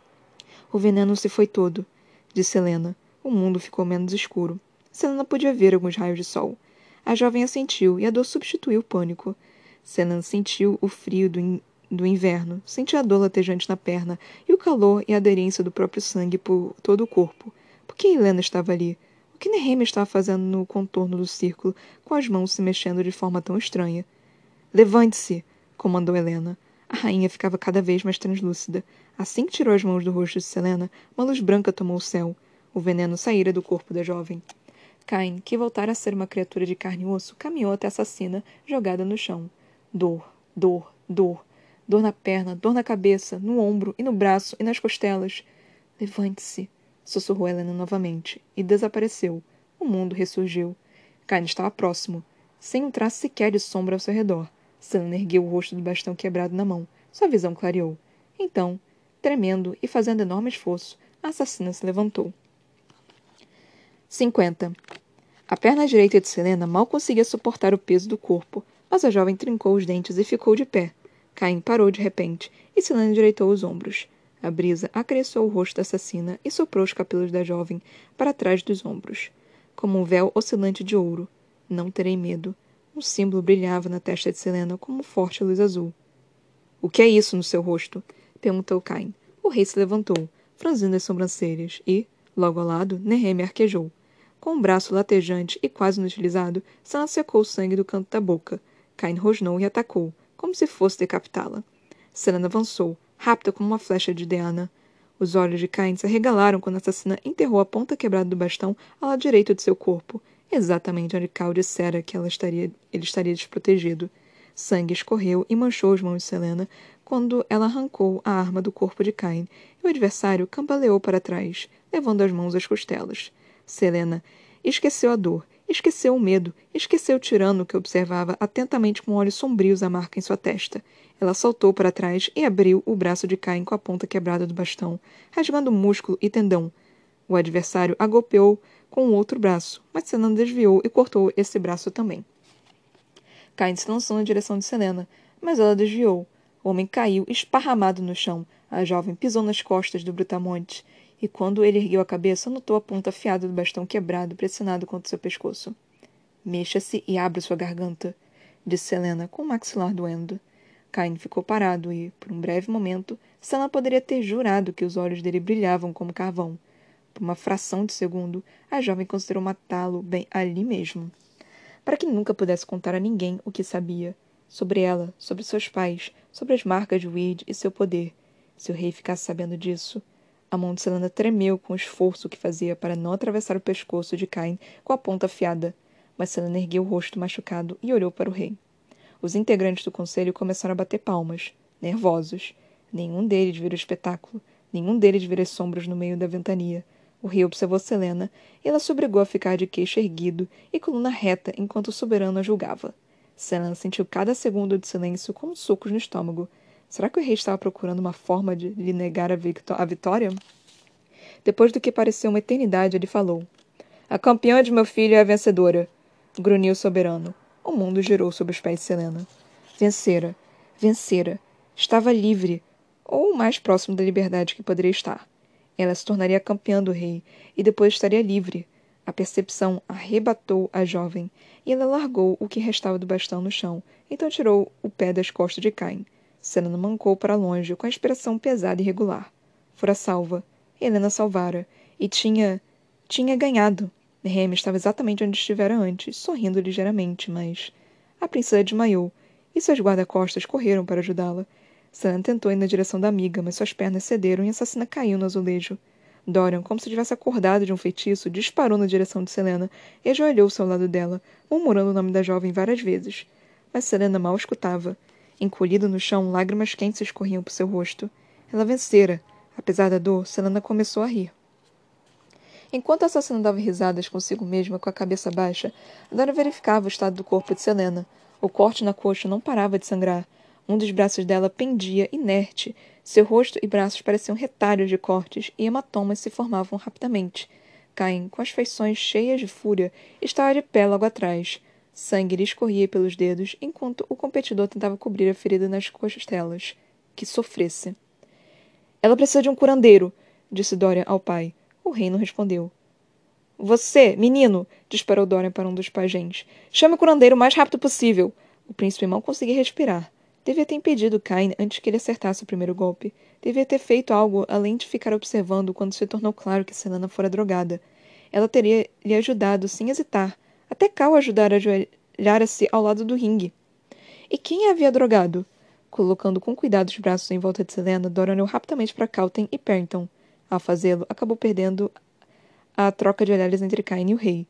O veneno se foi todo, disse Selena. O mundo ficou menos escuro. Selena podia ver alguns raios de sol. A jovem assentiu e a dor substituiu o pânico. Selena sentiu o frio do, in do inverno, sentiu a dor latejante na perna e o calor e a aderência do próprio sangue por todo o corpo. Por que Helena estava ali? O que Nehemia estava fazendo no contorno do círculo, com as mãos se mexendo de forma tão estranha? Levante-se! Comandou Helena. A rainha ficava cada vez mais translúcida. Assim que tirou as mãos do rosto de Selena, uma luz branca tomou o céu. O veneno saíra do corpo da jovem. Cain, que voltara a ser uma criatura de carne e osso, caminhou até a assassina, jogada no chão. Dor, dor, dor. Dor na perna, dor na cabeça, no ombro e no braço e nas costelas. Levante-se, sussurrou Helena novamente, e desapareceu. O mundo ressurgiu. Cain estava próximo, sem um traço sequer de sombra ao seu redor. Selena ergueu o rosto do bastão quebrado na mão. Sua visão clareou. Então, tremendo e fazendo enorme esforço, a assassina se levantou. cinquenta. A perna direita de Selena mal conseguia suportar o peso do corpo, mas a jovem trincou os dentes e ficou de pé. Cain parou de repente, e Selena endireitou os ombros. A brisa acresceu o rosto da assassina e soprou os cabelos da jovem para trás dos ombros, como um véu oscilante de ouro. Não terei medo. Um símbolo brilhava na testa de Selena como forte luz azul. O que é isso no seu rosto? Perguntou Cain. O rei se levantou, franzindo as sobrancelhas, e, logo ao lado, Nehemia arquejou. Com um braço latejante e quase inutilizado, Selena secou o sangue do canto da boca. Cain rosnou e atacou, como se fosse decapitá-la. Selena avançou, rápida como uma flecha de Diana. Os olhos de Cain se arregalaram quando a assassina enterrou a ponta quebrada do bastão ao lado direito de seu corpo, exatamente onde Cal dissera que ela estaria, ele estaria desprotegido. Sangue escorreu e manchou as mãos de Selena quando ela arrancou a arma do corpo de Cain, e o adversário cambaleou para trás, levando as mãos às costelas. Selena esqueceu a dor, esqueceu o medo, esqueceu o tirano que observava atentamente com olhos sombrios a marca em sua testa. Ela saltou para trás e abriu o braço de Cain com a ponta quebrada do bastão, rasgando músculo e tendão. O adversário a golpeou com o outro braço, mas Selena desviou e cortou esse braço também. Cain se lançou na direção de Selena, mas ela desviou. O homem caiu, esparramado no chão. A jovem pisou nas costas do brutamonte, e quando ele ergueu a cabeça, notou a ponta afiada do bastão quebrado, pressionado contra seu pescoço. Mexa-se e abra sua garganta, disse Selena, com o maxilar doendo. Cain ficou parado e, por um breve momento, Selena poderia ter jurado que os olhos dele brilhavam como carvão. Por uma fração de segundo, a jovem considerou matá-lo bem ali mesmo, para que nunca pudesse contar a ninguém o que sabia. Sobre ela, sobre seus pais, sobre as marcas de Weed e seu poder. Se o rei ficasse sabendo disso... A mão de Selena tremeu com o esforço que fazia para não atravessar o pescoço de Cain com a ponta afiada, mas Selena ergueu o rosto machucado e olhou para o rei. Os integrantes do conselho começaram a bater palmas, nervosos. Nenhum deles vira o espetáculo, nenhum deles vira as sombras no meio da ventania. O rei observou Selena e ela se obrigou a ficar de queixo erguido e coluna reta enquanto o soberano a julgava. Selena sentiu cada segundo de silêncio como socos no estômago. Será que o rei estava procurando uma forma de lhe negar a, a vitória? Depois do que pareceu uma eternidade, ele falou. A campeã de meu filho é a vencedora, grunhiu o soberano. O mundo girou sob os pés de Selena. Vencera. Vencera. Estava livre, ou o mais próximo da liberdade que poderia estar. Ela se tornaria campeã do rei, e depois estaria livre. A percepção arrebatou a jovem, e ela largou o que restava do bastão no chão, então tirou o pé das costas de Cain. Selena mancou para longe, com a expressão pesada e regular. Fora salva. Helena salvara. E tinha... tinha ganhado. Remy estava exatamente onde estivera antes, sorrindo ligeiramente, mas... A princesa desmaiou, e seus guarda-costas correram para ajudá-la. Selena tentou ir na direção da amiga, mas suas pernas cederam e a assassina caiu no azulejo. Dorian, como se tivesse acordado de um feitiço, disparou na direção de Selena e ajoelhou-se ao lado dela, murmurando o nome da jovem várias vezes. Mas Selena mal escutava. Encolhida no chão, lágrimas quentes escorriam por seu rosto. Ela vencera. Apesar da dor, Selena começou a rir. Enquanto a assassina dava risadas consigo mesma, com a cabeça baixa, Dora verificava o estado do corpo de Selena. O corte na coxa não parava de sangrar. Um dos braços dela pendia, inerte. Seu rosto e braços pareciam retalhos de cortes, e hematomas se formavam rapidamente. Cain, com as feições cheias de fúria, estava de pé logo atrás. Sangue lhe escorria pelos dedos, enquanto o competidor tentava cobrir a ferida nas costelas. Que sofresse. Ela precisa de um curandeiro, disse Dorian ao pai. O rei não respondeu. Você, menino, disparou Dorian para um dos pajens. Chame o curandeiro o mais rápido possível. O príncipe mal conseguia respirar. Devia ter impedido Cain antes que ele acertasse o primeiro golpe. Devia ter feito algo além de ficar observando quando se tornou claro que Selena fora drogada. Ela teria lhe ajudado sem hesitar. Até Cal ajudara a ajoelhar-se ao lado do ringue. E quem a havia drogado? Colocando com cuidado os braços em volta de Selena, Dorian olhou rapidamente para Calton e Perrington. Ao fazê-lo, acabou perdendo a troca de olhares entre Cain e o rei.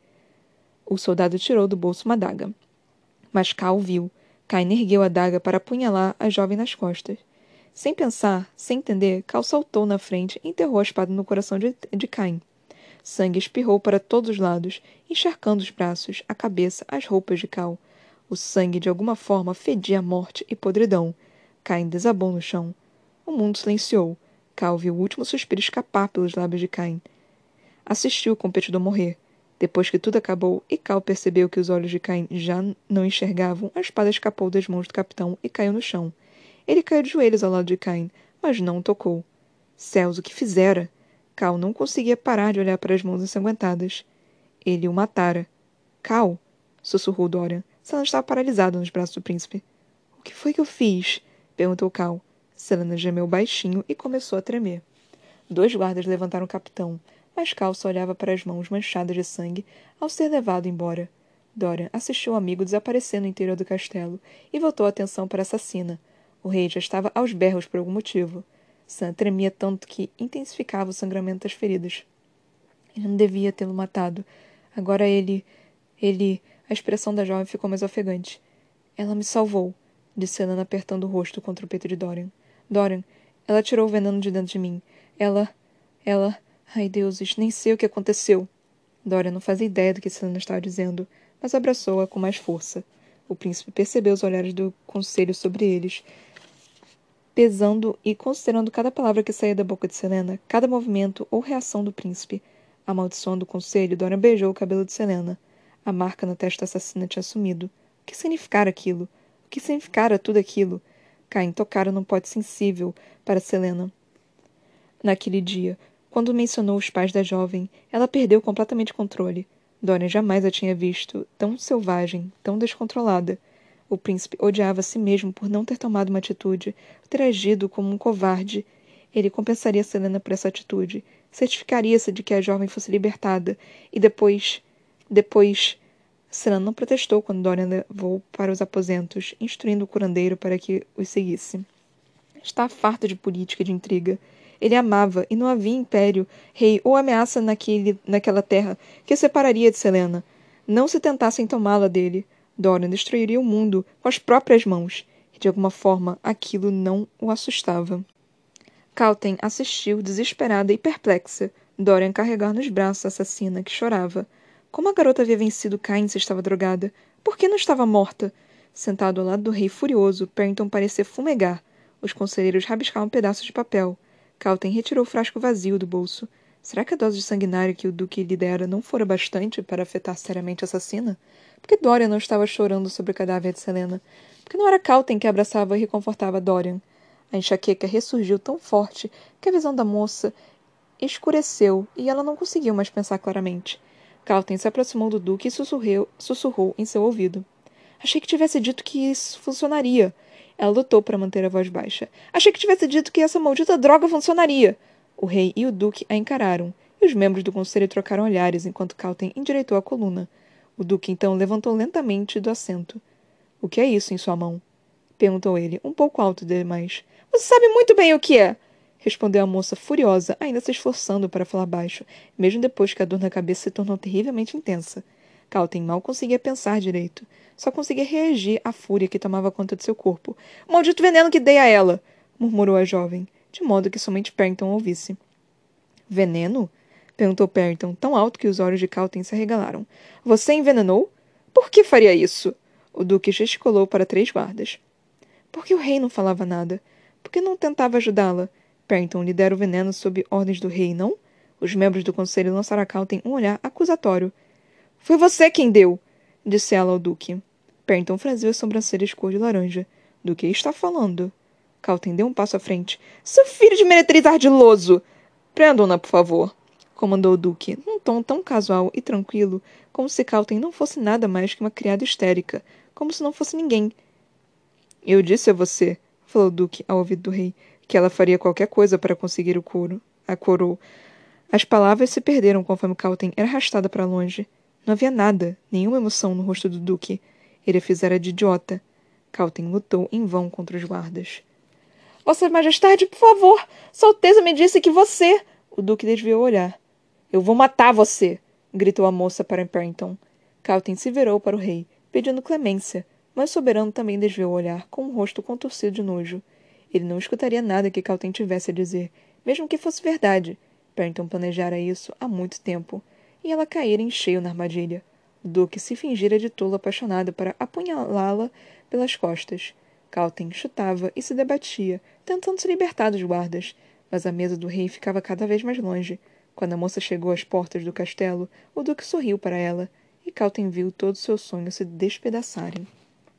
O soldado tirou do bolso uma adaga. Mas Cal viu. Cain ergueu a adaga para apunhalar a jovem nas costas. Sem pensar, sem entender, Cal saltou na frente e enterrou a espada no coração de, de Cain. Sangue espirrou para todos os lados, encharcando os braços, a cabeça, as roupas de Cal. O sangue, de alguma forma, fedia a morte e podridão. Cain desabou no chão. O mundo silenciou. Cal viu o último suspiro escapar pelos lábios de Cain. Assistiu o competidor morrer. Depois que tudo acabou e Cal percebeu que os olhos de Cain já não enxergavam, a espada escapou das mãos do capitão e caiu no chão. Ele caiu de joelhos ao lado de Cain, mas não o tocou. Céus, o que fizera? Cal não conseguia parar de olhar para as mãos ensanguentadas. Ele o matara. Cal, sussurrou Dorian. Selena estava paralisada nos braços do príncipe. O que foi que eu fiz? Perguntou Cal. Selena gemeu baixinho e começou a tremer. Dois guardas levantaram o capitão, mas Cal só olhava para as mãos manchadas de sangue ao ser levado embora. Dorian assistiu o amigo desaparecer no interior do castelo e voltou a atenção para a assassina. O rei já estava aos berros por algum motivo. Sam tremia tanto que intensificava o sangramento das feridas. Ele não devia tê-lo matado. Agora ele... Ele... A expressão da jovem ficou mais ofegante. Ela me salvou, disse Helena apertando o rosto contra o peito de Dorian. Dorian, ela tirou o veneno de dentro de mim. Ela... Ela... Ai, deuses, nem sei o que aconteceu. Dorian não fazia ideia do que Selena estava dizendo, mas abraçou-a com mais força. O príncipe percebeu os olhares do conselho sobre eles, pesando e considerando cada palavra que saía da boca de Selena, cada movimento ou reação do príncipe. Amaldiçoando o conselho, Dorian beijou o cabelo de Selena. A marca na testa assassina tinha sumido. O que significara aquilo? O que significara tudo aquilo? Caim tocara num pote sensível para Selena. Naquele dia, quando mencionou os pais da jovem, ela perdeu completamente o controle. Dorian jamais a tinha visto tão selvagem, tão descontrolada. O príncipe odiava a si mesmo por não ter tomado uma atitude, ter agido como um covarde. Ele compensaria Selena por essa atitude, certificaria-se de que a jovem fosse libertada, e depois... Depois... Selena não protestou quando Dorian levou para os aposentos, instruindo o curandeiro para que os seguisse. Está farta de política e de intriga. Ele amava, e não havia império, rei ou ameaça naquele, naquela terra que o separaria de Selena. Não se tentassem tomá-la dele. Dorian destruiria o mundo com as próprias mãos, e de alguma forma aquilo não o assustava. Calten assistiu, desesperada e perplexa, Dorian carregar nos braços a assassina, que chorava. Como a garota havia vencido Cain se estava drogada? Por que não estava morta? Sentado ao lado do rei furioso, Perrington parecia fumegar. Os conselheiros rabiscavam pedaços de papel. Calten retirou o frasco vazio do bolso. Será que a dose de sanguinário que o duque lhe dera não fora bastante para afetar seriamente a assassina? Por que Dorian não estava chorando sobre o cadáver de Selena? Por que não era Calten que abraçava e reconfortava Dorian? A enxaqueca ressurgiu tão forte que a visão da moça escureceu e ela não conseguiu mais pensar claramente. Calten se aproximou do duque e sussurrou, sussurrou em seu ouvido. Achei que tivesse dito que isso funcionaria. Ela lutou para manter a voz baixa. Achei que tivesse dito que essa maldita droga funcionaria. O rei e o duque a encararam, e os membros do conselho trocaram olhares enquanto Calten endireitou a coluna. O duque então levantou lentamente do assento. O que é isso em sua mão? Perguntou ele, um pouco alto demais. Você sabe muito bem o que é! Respondeu a moça furiosa, ainda se esforçando para falar baixo, mesmo depois que a dor na cabeça se tornou terrivelmente intensa. Calten mal conseguia pensar direito. Só conseguia reagir à fúria que tomava conta de seu corpo. O maldito veneno que dei a ela! Murmurou a jovem, de modo que somente Perrington ouvisse. Veneno? Perguntou Perrington, tão alto que os olhos de Calten se arregalaram. Você envenenou? Por que faria isso? O duque gesticulou para três guardas. Por que o rei não falava nada? Por que não tentava ajudá-la? Perrington lhe dera o veneno sob ordens do rei, não? Os membros do conselho lançaram a Calten um olhar acusatório. Foi você quem deu, disse ela ao duque. Perrington franziu as sobrancelhas cor de laranja. Do que está falando? Calten deu um passo à frente. Seu filho de meretriz ardiloso! Prendam-na, por favor, comandou o duque, num tom tão casual e tranquilo, como se Calten não fosse nada mais que uma criada histérica, como se não fosse ninguém. Eu disse a você, falou o duque ao ouvido do rei, que ela faria qualquer coisa para conseguir o couro. A coroa. As palavras se perderam conforme Calten era arrastada para longe. Não havia nada, nenhuma emoção no rosto do duque. Ele a fizera de idiota. Calten lutou em vão contra os guardas. Vossa Majestade, por favor! Sua Alteza me disse que você... O duque desviou o olhar. Eu vou matar você! Gritou a moça para Perrington. Calten se virou para o rei, pedindo clemência, mas o soberano também desviou o olhar, com o rosto contorcido de nojo. Ele não escutaria nada que Calten tivesse a dizer, mesmo que fosse verdade. Perrington planejara isso há muito tempo, e ela caíra em cheio na armadilha. O duque se fingira de tolo apaixonado para apunhalá-la pelas costas. Calten chutava e se debatia, tentando se libertar dos guardas, mas a mesa do rei ficava cada vez mais longe. Quando a moça chegou às portas do castelo, o duque sorriu para ela, e Calten viu todos seus sonhos se despedaçarem.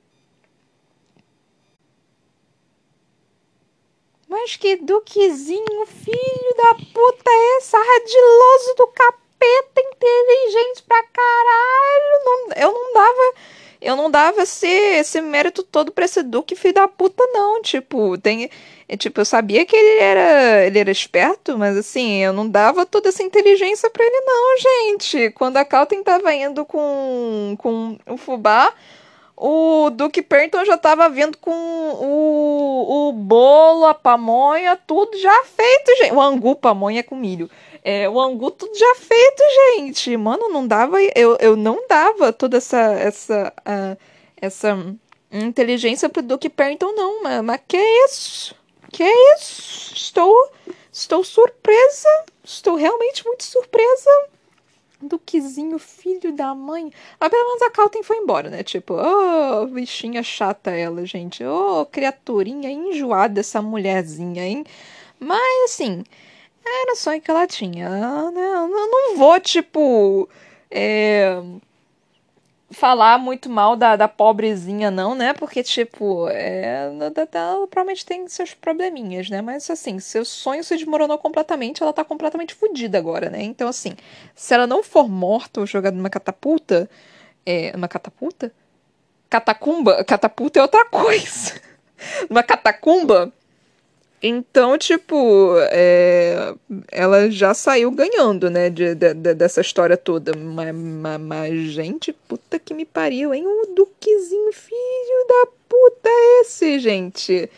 Mas que duquezinho, filho da puta é esse? Ardiloso do capeta, inteligente pra caralho. Não, eu não dava... Eu não dava esse, esse mérito todo pra esse duque filho da puta, não. Tipo, tem... é, tipo, eu sabia que ele era, ele era esperto, mas assim, eu não dava toda essa inteligência pra ele, não, gente. Quando a Calten tava indo com, com o fubá, o Duque Perrington já tava vindo com o, o bolo, a pamonha, tudo já feito, gente. O angu, pamonha com milho. É, o angu tudo já feito, gente. Mano, não dava. Eu, eu não dava toda essa essa, uh, essa inteligência pro Duque Perrington, não. Mas, mas que isso? Que isso? Estou, estou surpresa. Estou realmente muito surpresa. Duquezinho, filho da mãe. Mas pelo menos a Calten foi embora, né? Tipo, oh, bichinha chata ela, gente. Oh, criaturinha enjoada essa mulherzinha, hein? Mas, assim, era só que ela tinha, né? Eu não vou, tipo, é, falar muito mal da, da pobrezinha, não, né? Porque, tipo, é, ela provavelmente tem seus probleminhas, né? Mas, assim, seu sonho se desmoronou completamente, ela tá completamente fodida agora, né? Então, assim, se ela não for morta ou jogada numa catapulta, é, uma catapulta? Catacumba? Catapulta é outra coisa. Numa catacumba? Então, tipo, é, ela já saiu ganhando, né, de, de, de- dessa história toda. Mas, mas, mas, gente, puta que me pariu, hein? O Duquezinho, filho da puta é esse, gente.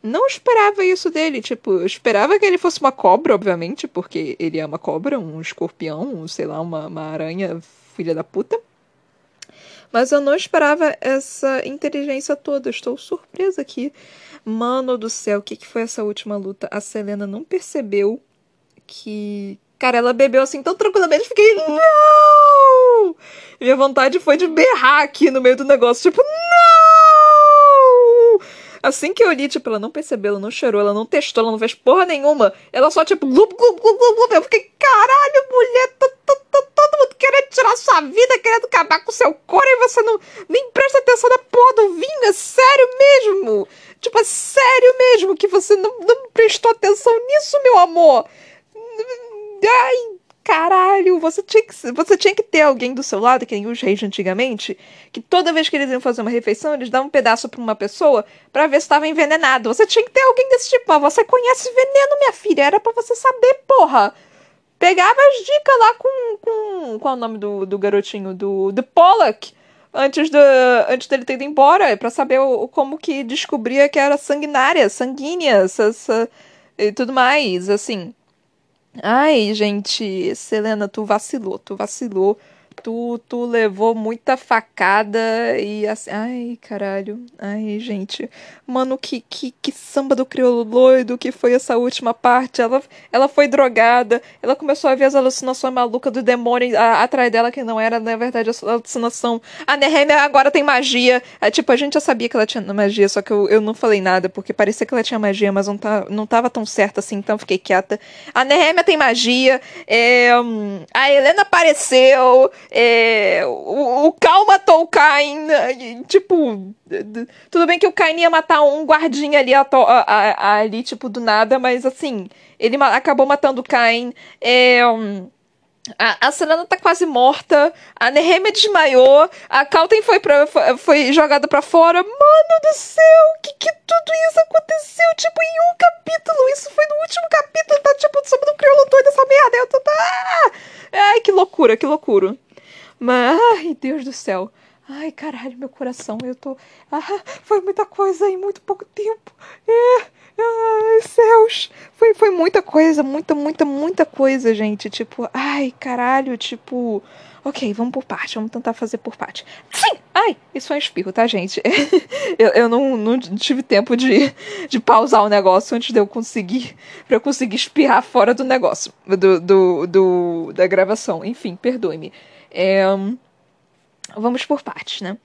não esperava isso dele. Tipo, eu esperava que ele fosse uma cobra, obviamente, porque ele é uma cobra, um escorpião, um, sei lá, uma, uma aranha, filha da puta. Mas eu não esperava essa inteligência toda. Estou surpresa aqui. Mano do céu, o que, que foi essa última luta? A Selena não percebeu que... Cara, ela bebeu assim tão tranquilamente. Fiquei... Não! Minha vontade foi de berrar aqui no meio do negócio. Tipo, não! Assim que eu li, tipo, ela não percebeu, ela não cheirou, ela não testou, ela não fez porra nenhuma. Ela só, tipo, glup, glup, glup, glup, glup. Eu fiquei, caralho, mulher, tô, tô, tô, todo mundo querendo tirar sua vida, querendo acabar com seu couro e você não nem presta atenção na porra do vinho. É sério mesmo? Tipo, é sério mesmo que você não, não prestou atenção nisso, meu amor? Ai, caralho, você tinha, que, você tinha que ter alguém do seu lado, que nem os reis antigamente, que toda vez que eles iam fazer uma refeição, eles davam um pedaço pra uma pessoa pra ver se estava envenenado. Você tinha que ter alguém desse tipo. Ah, você conhece veneno, minha filha, era pra você saber, porra. Pegava as dicas lá com, com qual é o nome do, do garotinho? Do, do Pollock. Antes, do, antes dele ter ido embora, pra saber o, como que descobria que era sanguinária, sanguínea, essa, essa, e tudo mais, assim. Ai, gente, Selena, tu vacilou, tu vacilou. Tu, tu levou muita facada e assim. Ai, caralho. Ai, gente. Mano, que, que, que samba do crioulo doido que foi essa última parte. Ela, ela foi drogada. Ela começou a ver as alucinações malucas do demônio a- atrás dela, que não era, na verdade, a alucinação. A Nehemia agora tem magia. É, tipo, a gente já sabia que ela tinha magia, só que eu, eu não falei nada, porque parecia que ela tinha magia, mas não, tá, não tava tão certa assim, então fiquei quieta. A Nehemia tem magia. É, hum, a Helena apareceu. É, o, o Cal matou o Cain. Tipo, tudo bem que o Cain ia matar um guardinha ali, a, a, a, ali tipo, do nada, mas assim, ele ma acabou matando o Cain. É, hum, a, a Selena tá quase morta. A Nehemia desmaiou. A Calten foi, pra, foi, foi jogada pra fora. Mano do céu, que que tudo isso aconteceu? Tipo, em um capítulo. Isso foi no último capítulo. Tá tipo, sobre do crioulo doido essa merda. Eu tô. Ah! Ai, que loucura, que loucura. Mas, ai, Deus do céu. Ai, caralho, meu coração. Eu tô. Ah, foi muita coisa em muito pouco tempo. É. Ai, céus. Foi, foi muita coisa, muita, muita, muita coisa, gente. Tipo, ai, caralho, tipo. Ok, vamos por parte, vamos tentar fazer por parte. Sim! Ai, isso foi um espirro, tá, gente? eu eu não, não tive tempo de, de pausar o negócio antes de eu conseguir. Pra eu conseguir espirrar fora do negócio, do, do, do da gravação. Enfim, perdoe-me. É, vamos por partes, né?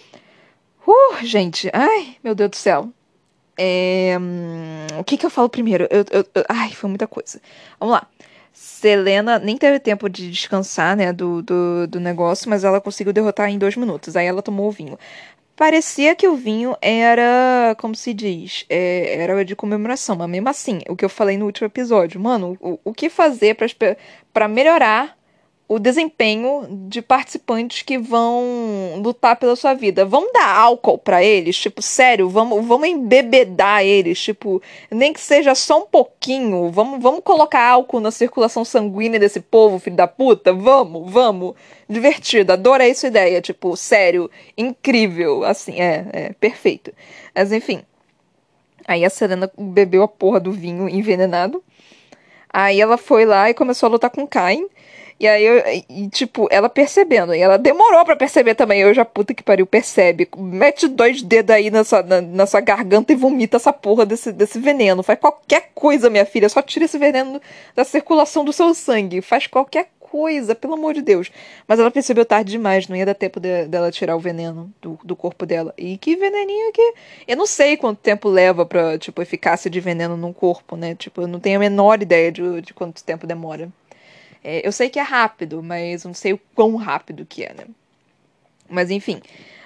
Uh, gente, ai, meu Deus do céu. É, hum, o que que eu falo primeiro? Eu, eu, eu- ai, foi muita coisa. Vamos lá. Selena nem teve tempo de descansar, né, do, do, do negócio, mas ela conseguiu derrotar em dois minutos. Aí ela tomou o vinho. Parecia que o vinho era, como se diz, é, era de comemoração, mas mesmo assim, o que eu falei no último episódio, mano, o, o que fazer pra espe- pra melhorar o desempenho de participantes que vão lutar pela sua vida? Vamos dar álcool pra eles? Tipo, sério, vamos, vamos embebedar eles, tipo, nem que seja só um pouquinho. Vamos, vamos colocar álcool na circulação sanguínea desse povo, filho da puta? Vamos, vamos. Divertido, adorei essa ideia, tipo, sério, incrível, assim, é, é, perfeito. Mas enfim, aí a Serena bebeu a porra do vinho envenenado. Aí ela foi lá e começou a lutar com o Cain. E aí, eu, e, tipo, ela percebendo. E ela demorou pra perceber também. Eu já, puta que pariu, percebe. Mete dois dedos aí na sua, na, na sua garganta e vomita essa porra desse, desse veneno. Faz qualquer coisa, minha filha. Só tira esse veneno da circulação do seu sangue. Faz qualquer coisa, pelo amor de Deus. Mas ela percebeu tarde demais. Não ia dar tempo de- dela tirar o veneno do, do corpo dela. E que veneninho que... Eu não sei quanto tempo leva pra, tipo, eficácia de veneno num corpo, né? Tipo, eu não tenho a menor ideia de, de quanto tempo demora. É, eu sei que é rápido, mas não sei o quão rápido que é, né? Mas enfim.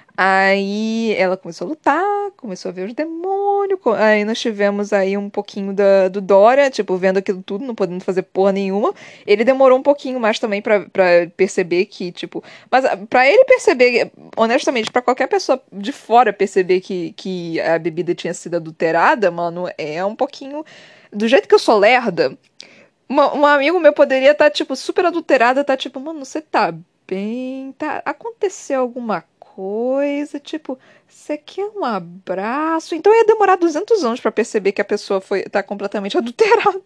Aí ela começou a lutar, começou a ver os demônios. co- Aí nós tivemos aí um pouquinho da, do Dora, tipo, vendo aquilo tudo, não podendo fazer porra nenhuma. Ele demorou um pouquinho mais também pra, pra perceber que, tipo. Mas ah, pra ele perceber, honestamente, pra qualquer pessoa de fora perceber que, que a bebida tinha sido adulterada, mano, é um pouquinho. Do jeito que eu sou lerda. Uma, um amigo meu poderia estar, tipo, super adulterada, tá tipo, mano, você tá bem? Tá, aconteceu alguma coisa, tipo, você quer um abraço? Então ia demorar duzentos anos pra perceber que a pessoa foi, tá completamente adulterada.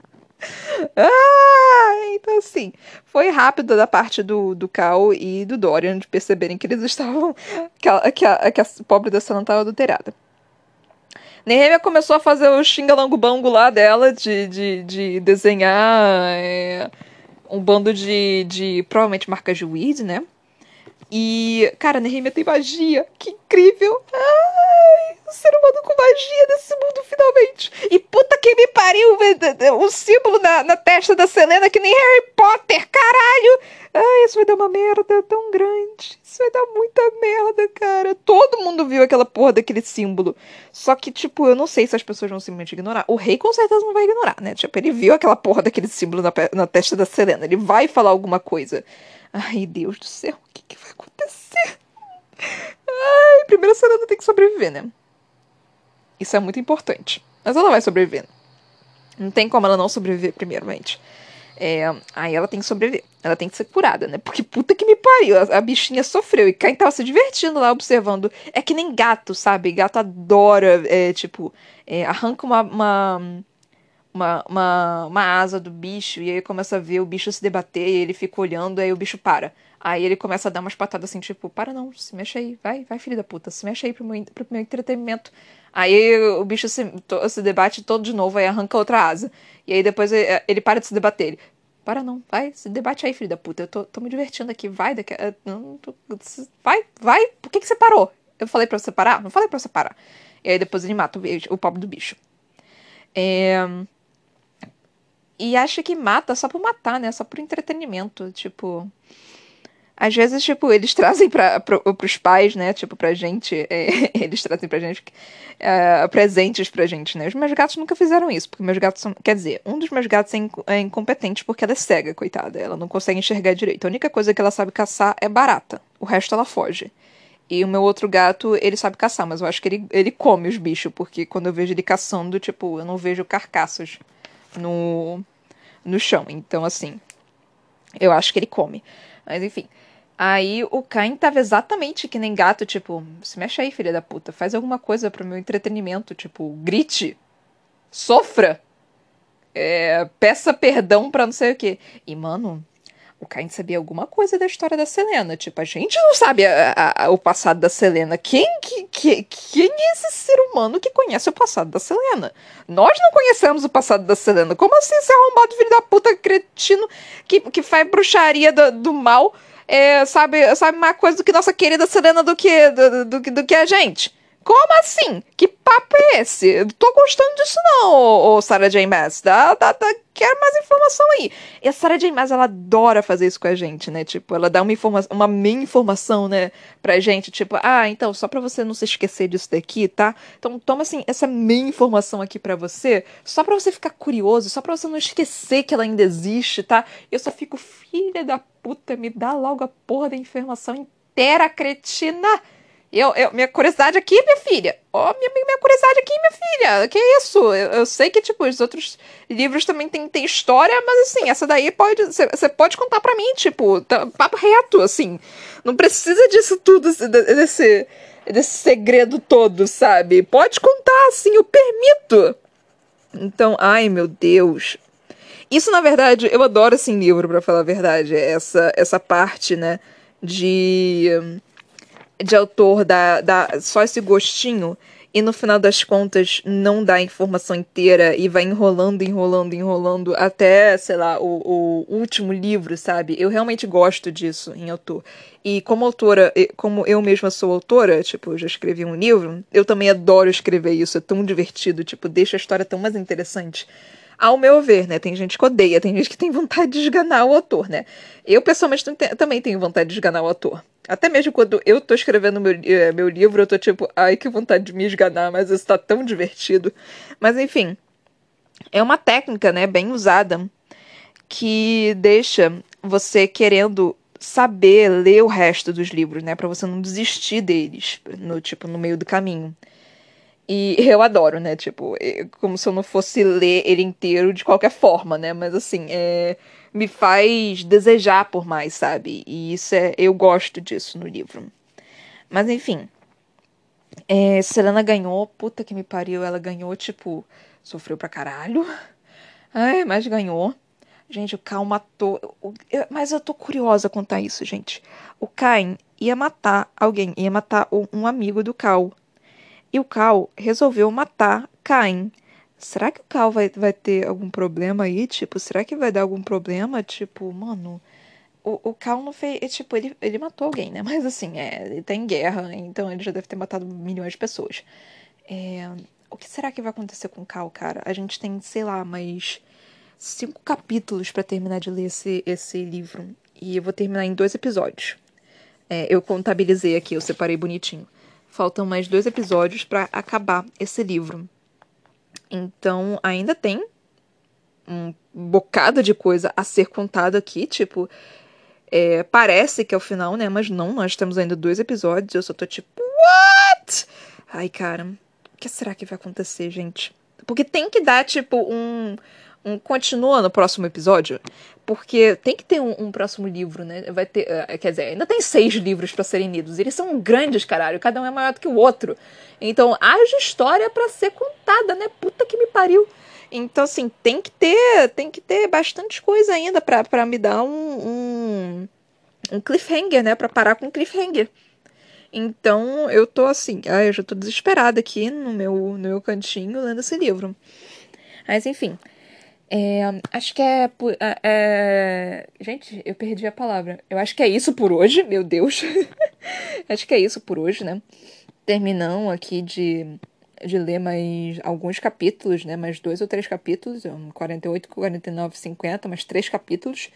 Ah, então assim, foi rápido da parte do, do Cal e do Dorian de perceberem que eles estavam, que a, que a, que a pobre da Sana estava adulterada. Nehemia começou a fazer o xingalango-bango lá dela de, de, de desenhar é, um bando de, de, provavelmente marcas de weed, né? E, cara, Nehemia tem magia. Que incrível. Ai, um ser humano com magia nesse mundo, finalmente. E puta que me pariu, o símbolo na, na testa da Selena que nem Harry Potter, caralho. Ai, isso vai dar uma merda tão grande. Isso vai dar muita merda, cara. Todo mundo viu aquela porra daquele símbolo. Só que, tipo, eu não sei se as pessoas vão simplesmente ignorar. O rei com certeza não vai ignorar, né? Tipo, ele viu aquela porra daquele símbolo na, na testa da Selena. Ele vai falar alguma coisa. Ai, Deus do céu, o que, que vai acontecer? Ai, primeiro a Selena tem que sobreviver, né? Isso é muito importante. Mas ela vai sobreviver. Não tem como ela não sobreviver, primeiramente. É, aí ela tem que sobreviver. Ela tem que ser curada, né? Porque puta que me pariu. A, a bichinha sofreu. E Caim tava se divertindo lá, observando. É que nem gato, sabe? Gato adora, é, tipo... É, arranca uma... uma Uma, uma, uma asa do bicho, e aí começa a ver o bicho se debater, e ele fica olhando, aí o bicho para. Aí ele começa a dar umas patadas assim, tipo, para não, se mexe aí, vai, vai filho da puta, se mexe aí pro meu, pro meu entretenimento. Aí o bicho se, to, se debate todo de novo, aí arranca outra asa. E aí depois ele, ele para de se debater. Ele, para não, vai, se debate aí, filho da puta, eu tô, tô me divertindo aqui, vai, daqui, não, tô, vai, vai, por que que você parou? Eu falei pra você parar? Não falei pra você parar. E aí depois ele mata o, o pobre do bicho. É... E acha que mata só por matar, né? Só por entretenimento. Tipo. Às vezes, tipo, eles trazem pra, pro, pros pais, né? Tipo, pra gente. É, eles trazem pra gente é, presentes pra gente, né? Os meus gatos nunca fizeram isso, porque meus gatos são. Quer dizer, um dos meus gatos é, inc é incompetente porque ela é cega, coitada. Ela não consegue enxergar direito. A única coisa que ela sabe caçar é barata. O resto ela foge. E o meu outro gato, ele sabe caçar, mas eu acho que ele, ele come os bichos, porque quando eu vejo ele caçando, tipo, eu não vejo carcaças no, no chão. Então, assim, eu acho que ele come. Mas, enfim. Aí o Caim tava exatamente que nem gato, tipo, se mexe aí, filha da puta, faz alguma coisa pro meu entretenimento, tipo, grite, sofra, é, peça perdão pra não sei o quê. E, mano, o Caim sabia alguma coisa da história da Selena. Tipo, a gente não sabe a, a, a, o passado da Selena. Quem, que, que, quem é esse ser humano que conhece o passado da Selena? Nós não conhecemos o passado da Selena. Como assim esse arrombado filho da puta cretino que, que faz bruxaria do, do mal é, sabe, sabe mais coisa do que nossa querida Selena do que, do, do, do, do que a gente? Como assim? Que papo é esse? Eu não tô gostando disso não, ô, ô Sarah J. Maas. Dá, dá, dá, quero mais informação aí. E a Sarah J. Maas, ela adora fazer isso com a gente, né? Tipo, ela dá uma informação, uma meia informação, né, pra gente. Tipo, ah, então, só pra você não se esquecer disso daqui, tá? Então, toma, assim, essa meia informação aqui pra você, só pra você ficar curioso, só pra você não esquecer que ela ainda existe, tá? Eu só fico, filha da puta, me dá logo a porra da informação inteira, cretina! Eu, eu, minha curiosidade aqui, minha filha. Ó, oh, minha, minha curiosidade aqui, minha filha. Que isso? Eu, eu sei que, tipo, os outros livros também tem, tem história, mas, assim, essa daí pode... Você pode contar pra mim, tipo, tá, papo reto, assim. Não precisa disso tudo, desse, desse segredo todo, sabe? Pode contar, assim, eu permito. Então, ai, meu Deus. Isso, na verdade, eu adoro, assim, livro, pra falar a verdade. Essa, essa parte, né, de... de autor dá, dá só esse gostinho e no final das contas não dá a informação inteira e vai enrolando, enrolando, enrolando até, sei lá, o, o último livro, sabe? Eu realmente gosto disso em autor. E como autora, como eu mesma sou autora, tipo, eu já escrevi um livro, eu também adoro escrever isso, é tão divertido, tipo, deixa a história tão mais interessante. Ao meu ver, né? Tem gente que odeia, tem gente que tem vontade de esganar o autor, né? Eu, pessoalmente, também tenho vontade de esganar o autor. Até mesmo quando eu tô escrevendo meu, meu livro, eu tô tipo, ai, que vontade de me esganar, mas isso tá tão divertido. Mas, enfim, é uma técnica, né, bem usada, que deixa você querendo saber ler o resto dos livros, né? Pra você não desistir deles, no, tipo, no meio do caminho. E eu adoro, né? Tipo, é como se eu não fosse ler ele inteiro de qualquer forma, né? Mas assim, é, me faz desejar por mais, sabe? E isso é, eu gosto disso no livro. Mas enfim, é, Selena ganhou, puta que me pariu, ela ganhou, tipo, sofreu pra caralho. Ai, mas ganhou. Gente, o Cal matou. o- eu- Mas eu tô curiosa quanto a isso, gente. O Cain ia matar alguém, ia matar um um amigo do Cal. E o Cal resolveu matar Cain. Será que o Cal vai, vai ter algum problema aí? Tipo, será que vai dar algum problema? Tipo, mano, o, o Cal não fez. é, Tipo, ele, ele matou alguém, né? Mas assim, é, ele tá em guerra, então ele já deve ter matado milhões de pessoas. É, o que será que vai acontecer com o Cal, cara? A gente tem, sei lá, mais cinco capítulos pra terminar de ler esse, esse livro. E eu vou terminar em dois episódios. É, eu contabilizei aqui, eu separei bonitinho. Faltam mais dois episódios pra acabar esse livro. Então, ainda tem um bocado de coisa a ser contado aqui. Tipo, é, parece que é o final, né? Mas não, nós temos ainda dois episódios. Eu só tô tipo, what? Ai, cara, o que será que vai acontecer, gente? Porque tem que dar, tipo, um. Um continua no próximo episódio. Porque tem que ter um, um próximo livro, né? Vai ter. eh, quer dizer, ainda tem seis livros pra serem lidos. Eles são grandes, caralho. Cada um é maior do que o outro. Então, haja história pra ser contada, né? Puta que me pariu. Então, assim, tem que ter, tem que ter bastante coisa ainda pra, pra me dar um, um, um cliffhanger, né? Pra parar com cliffhanger. Então, eu tô assim, ai, eu já tô desesperada aqui no meu, no meu cantinho lendo esse livro. Mas, enfim, é, acho que é, por- é, é- Gente, eu perdi a palavra. Eu acho que é isso por hoje, meu Deus. Acho que é isso por hoje, né? Terminamos aqui de, de ler mais alguns capítulos, né? Mais dois ou três capítulos. um, quarenta e oito, quarenta e nove, cinquenta, mais três capítulos.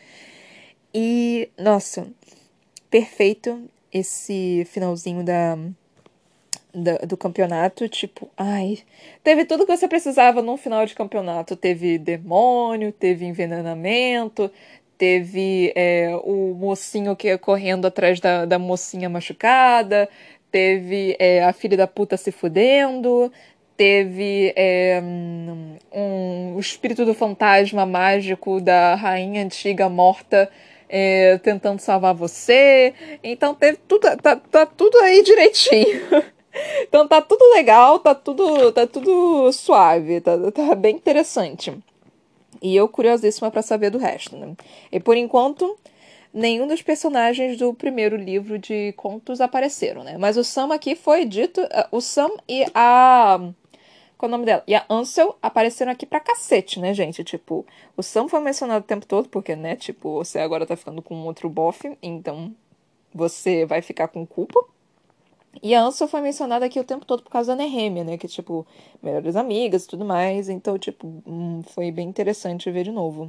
E, nossa, perfeito esse finalzinho da, da- do campeonato. Tipo, ai, teve tudo que você precisava num final de campeonato. Teve demônio, teve envenenamento, teve é, o mocinho que ia correndo atrás da, da mocinha machucada, teve é, a filha da puta se fudendo. Teve é, um, um- o espírito do fantasma mágico da rainha antiga morta é, tentando salvar você. Então teve tudo, tá, tá tudo aí direitinho. Então tá tudo legal, tá tudo, tá tudo suave, tá, tá bem interessante. E eu curiosíssima pra saber do resto, né? E por enquanto, nenhum dos personagens do primeiro livro de contos apareceram, né? Mas o Sam aqui foi dito, uh, o Sam e a qual é o nome dela? E a Ansel apareceram aqui pra cacete, né, gente? Tipo, o Sam foi mencionado o tempo todo, porque, né, tipo, você agora tá ficando com outro bofe, então você vai ficar com culpa. E a Ansel foi mencionada aqui o tempo todo por causa da Nehemia, né? Que, tipo, melhores amigas e tudo mais. Então, tipo, hum, foi bem interessante ver de novo.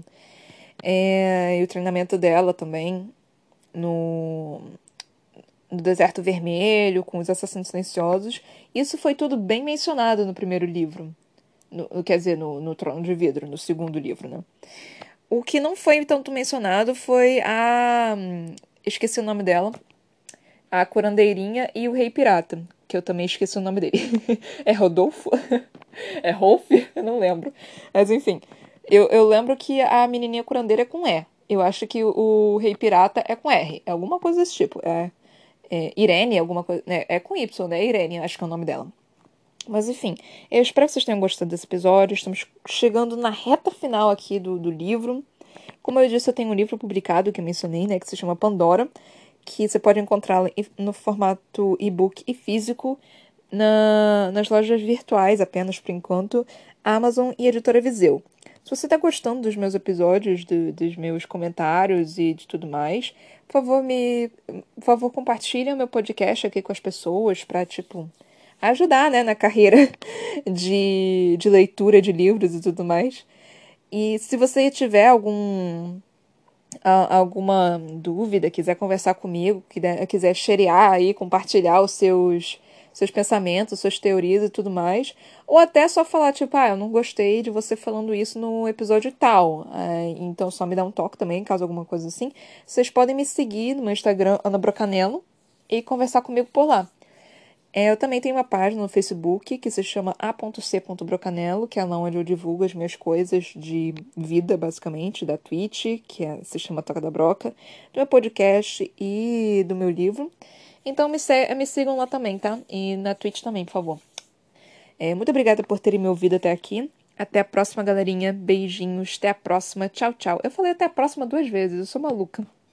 É, e o treinamento dela também no, no Deserto Vermelho, com os Assassinos Silenciosos. Isso foi tudo bem mencionado no primeiro livro. No, quer dizer, no, no Trono de Vidro, no segundo livro, né? O que não foi tanto mencionado foi a. hum, Esqueci o nome dela. A curandeirinha e o rei pirata, que eu também esqueci o nome dele. É Rodolfo? É Rolf? Eu não lembro. Mas enfim, eu, eu lembro que a menininha curandeira é com E. Eu acho que o, o rei pirata é com R. É alguma coisa desse tipo. É, é Irene, alguma coisa. É, é com Y, né? Irene, acho que é o nome dela. Mas enfim, eu espero que vocês tenham gostado desse episódio. Estamos chegando na reta final aqui do, do livro. Como eu disse, eu tenho um livro publicado que eu mencionei, né? Que se chama Pandora, que você pode encontrá-lo no formato e-book e físico na, nas lojas virtuais apenas por enquanto, Amazon e Editora Viseu. Se você está gostando dos meus episódios, do, dos meus comentários e de tudo mais, por favor, me, por favor, compartilhe o meu podcast aqui com as pessoas para, tipo, ajudar, né, na carreira de, de leitura de livros e tudo mais. E se você tiver algum a- alguma dúvida, quiser conversar comigo, quiser, quiser sharear aí, compartilhar os seus, seus pensamentos, suas teorias e tudo mais, ou até só falar, tipo, ah, eu não gostei de você falando isso no episódio tal, é, então só me dá um toque também, caso alguma coisa assim, vocês podem me seguir no meu Instagram, Ana Brocanello, e conversar comigo por lá. É, eu também tenho uma página no Facebook que se chama a ponto c ponto brocanello, que é lá onde eu divulgo as minhas coisas de vida, basicamente, da Twitch, que é, se chama Toca da Broca, do meu podcast e do meu livro. Então me, se- me sigam lá também, tá? E na Twitch também, por favor. É, muito obrigada por terem me ouvido até aqui. Até a próxima, galerinha. Beijinhos. Até a próxima. Tchau, tchau. Eu falei até a próxima duas vezes. Eu sou maluca.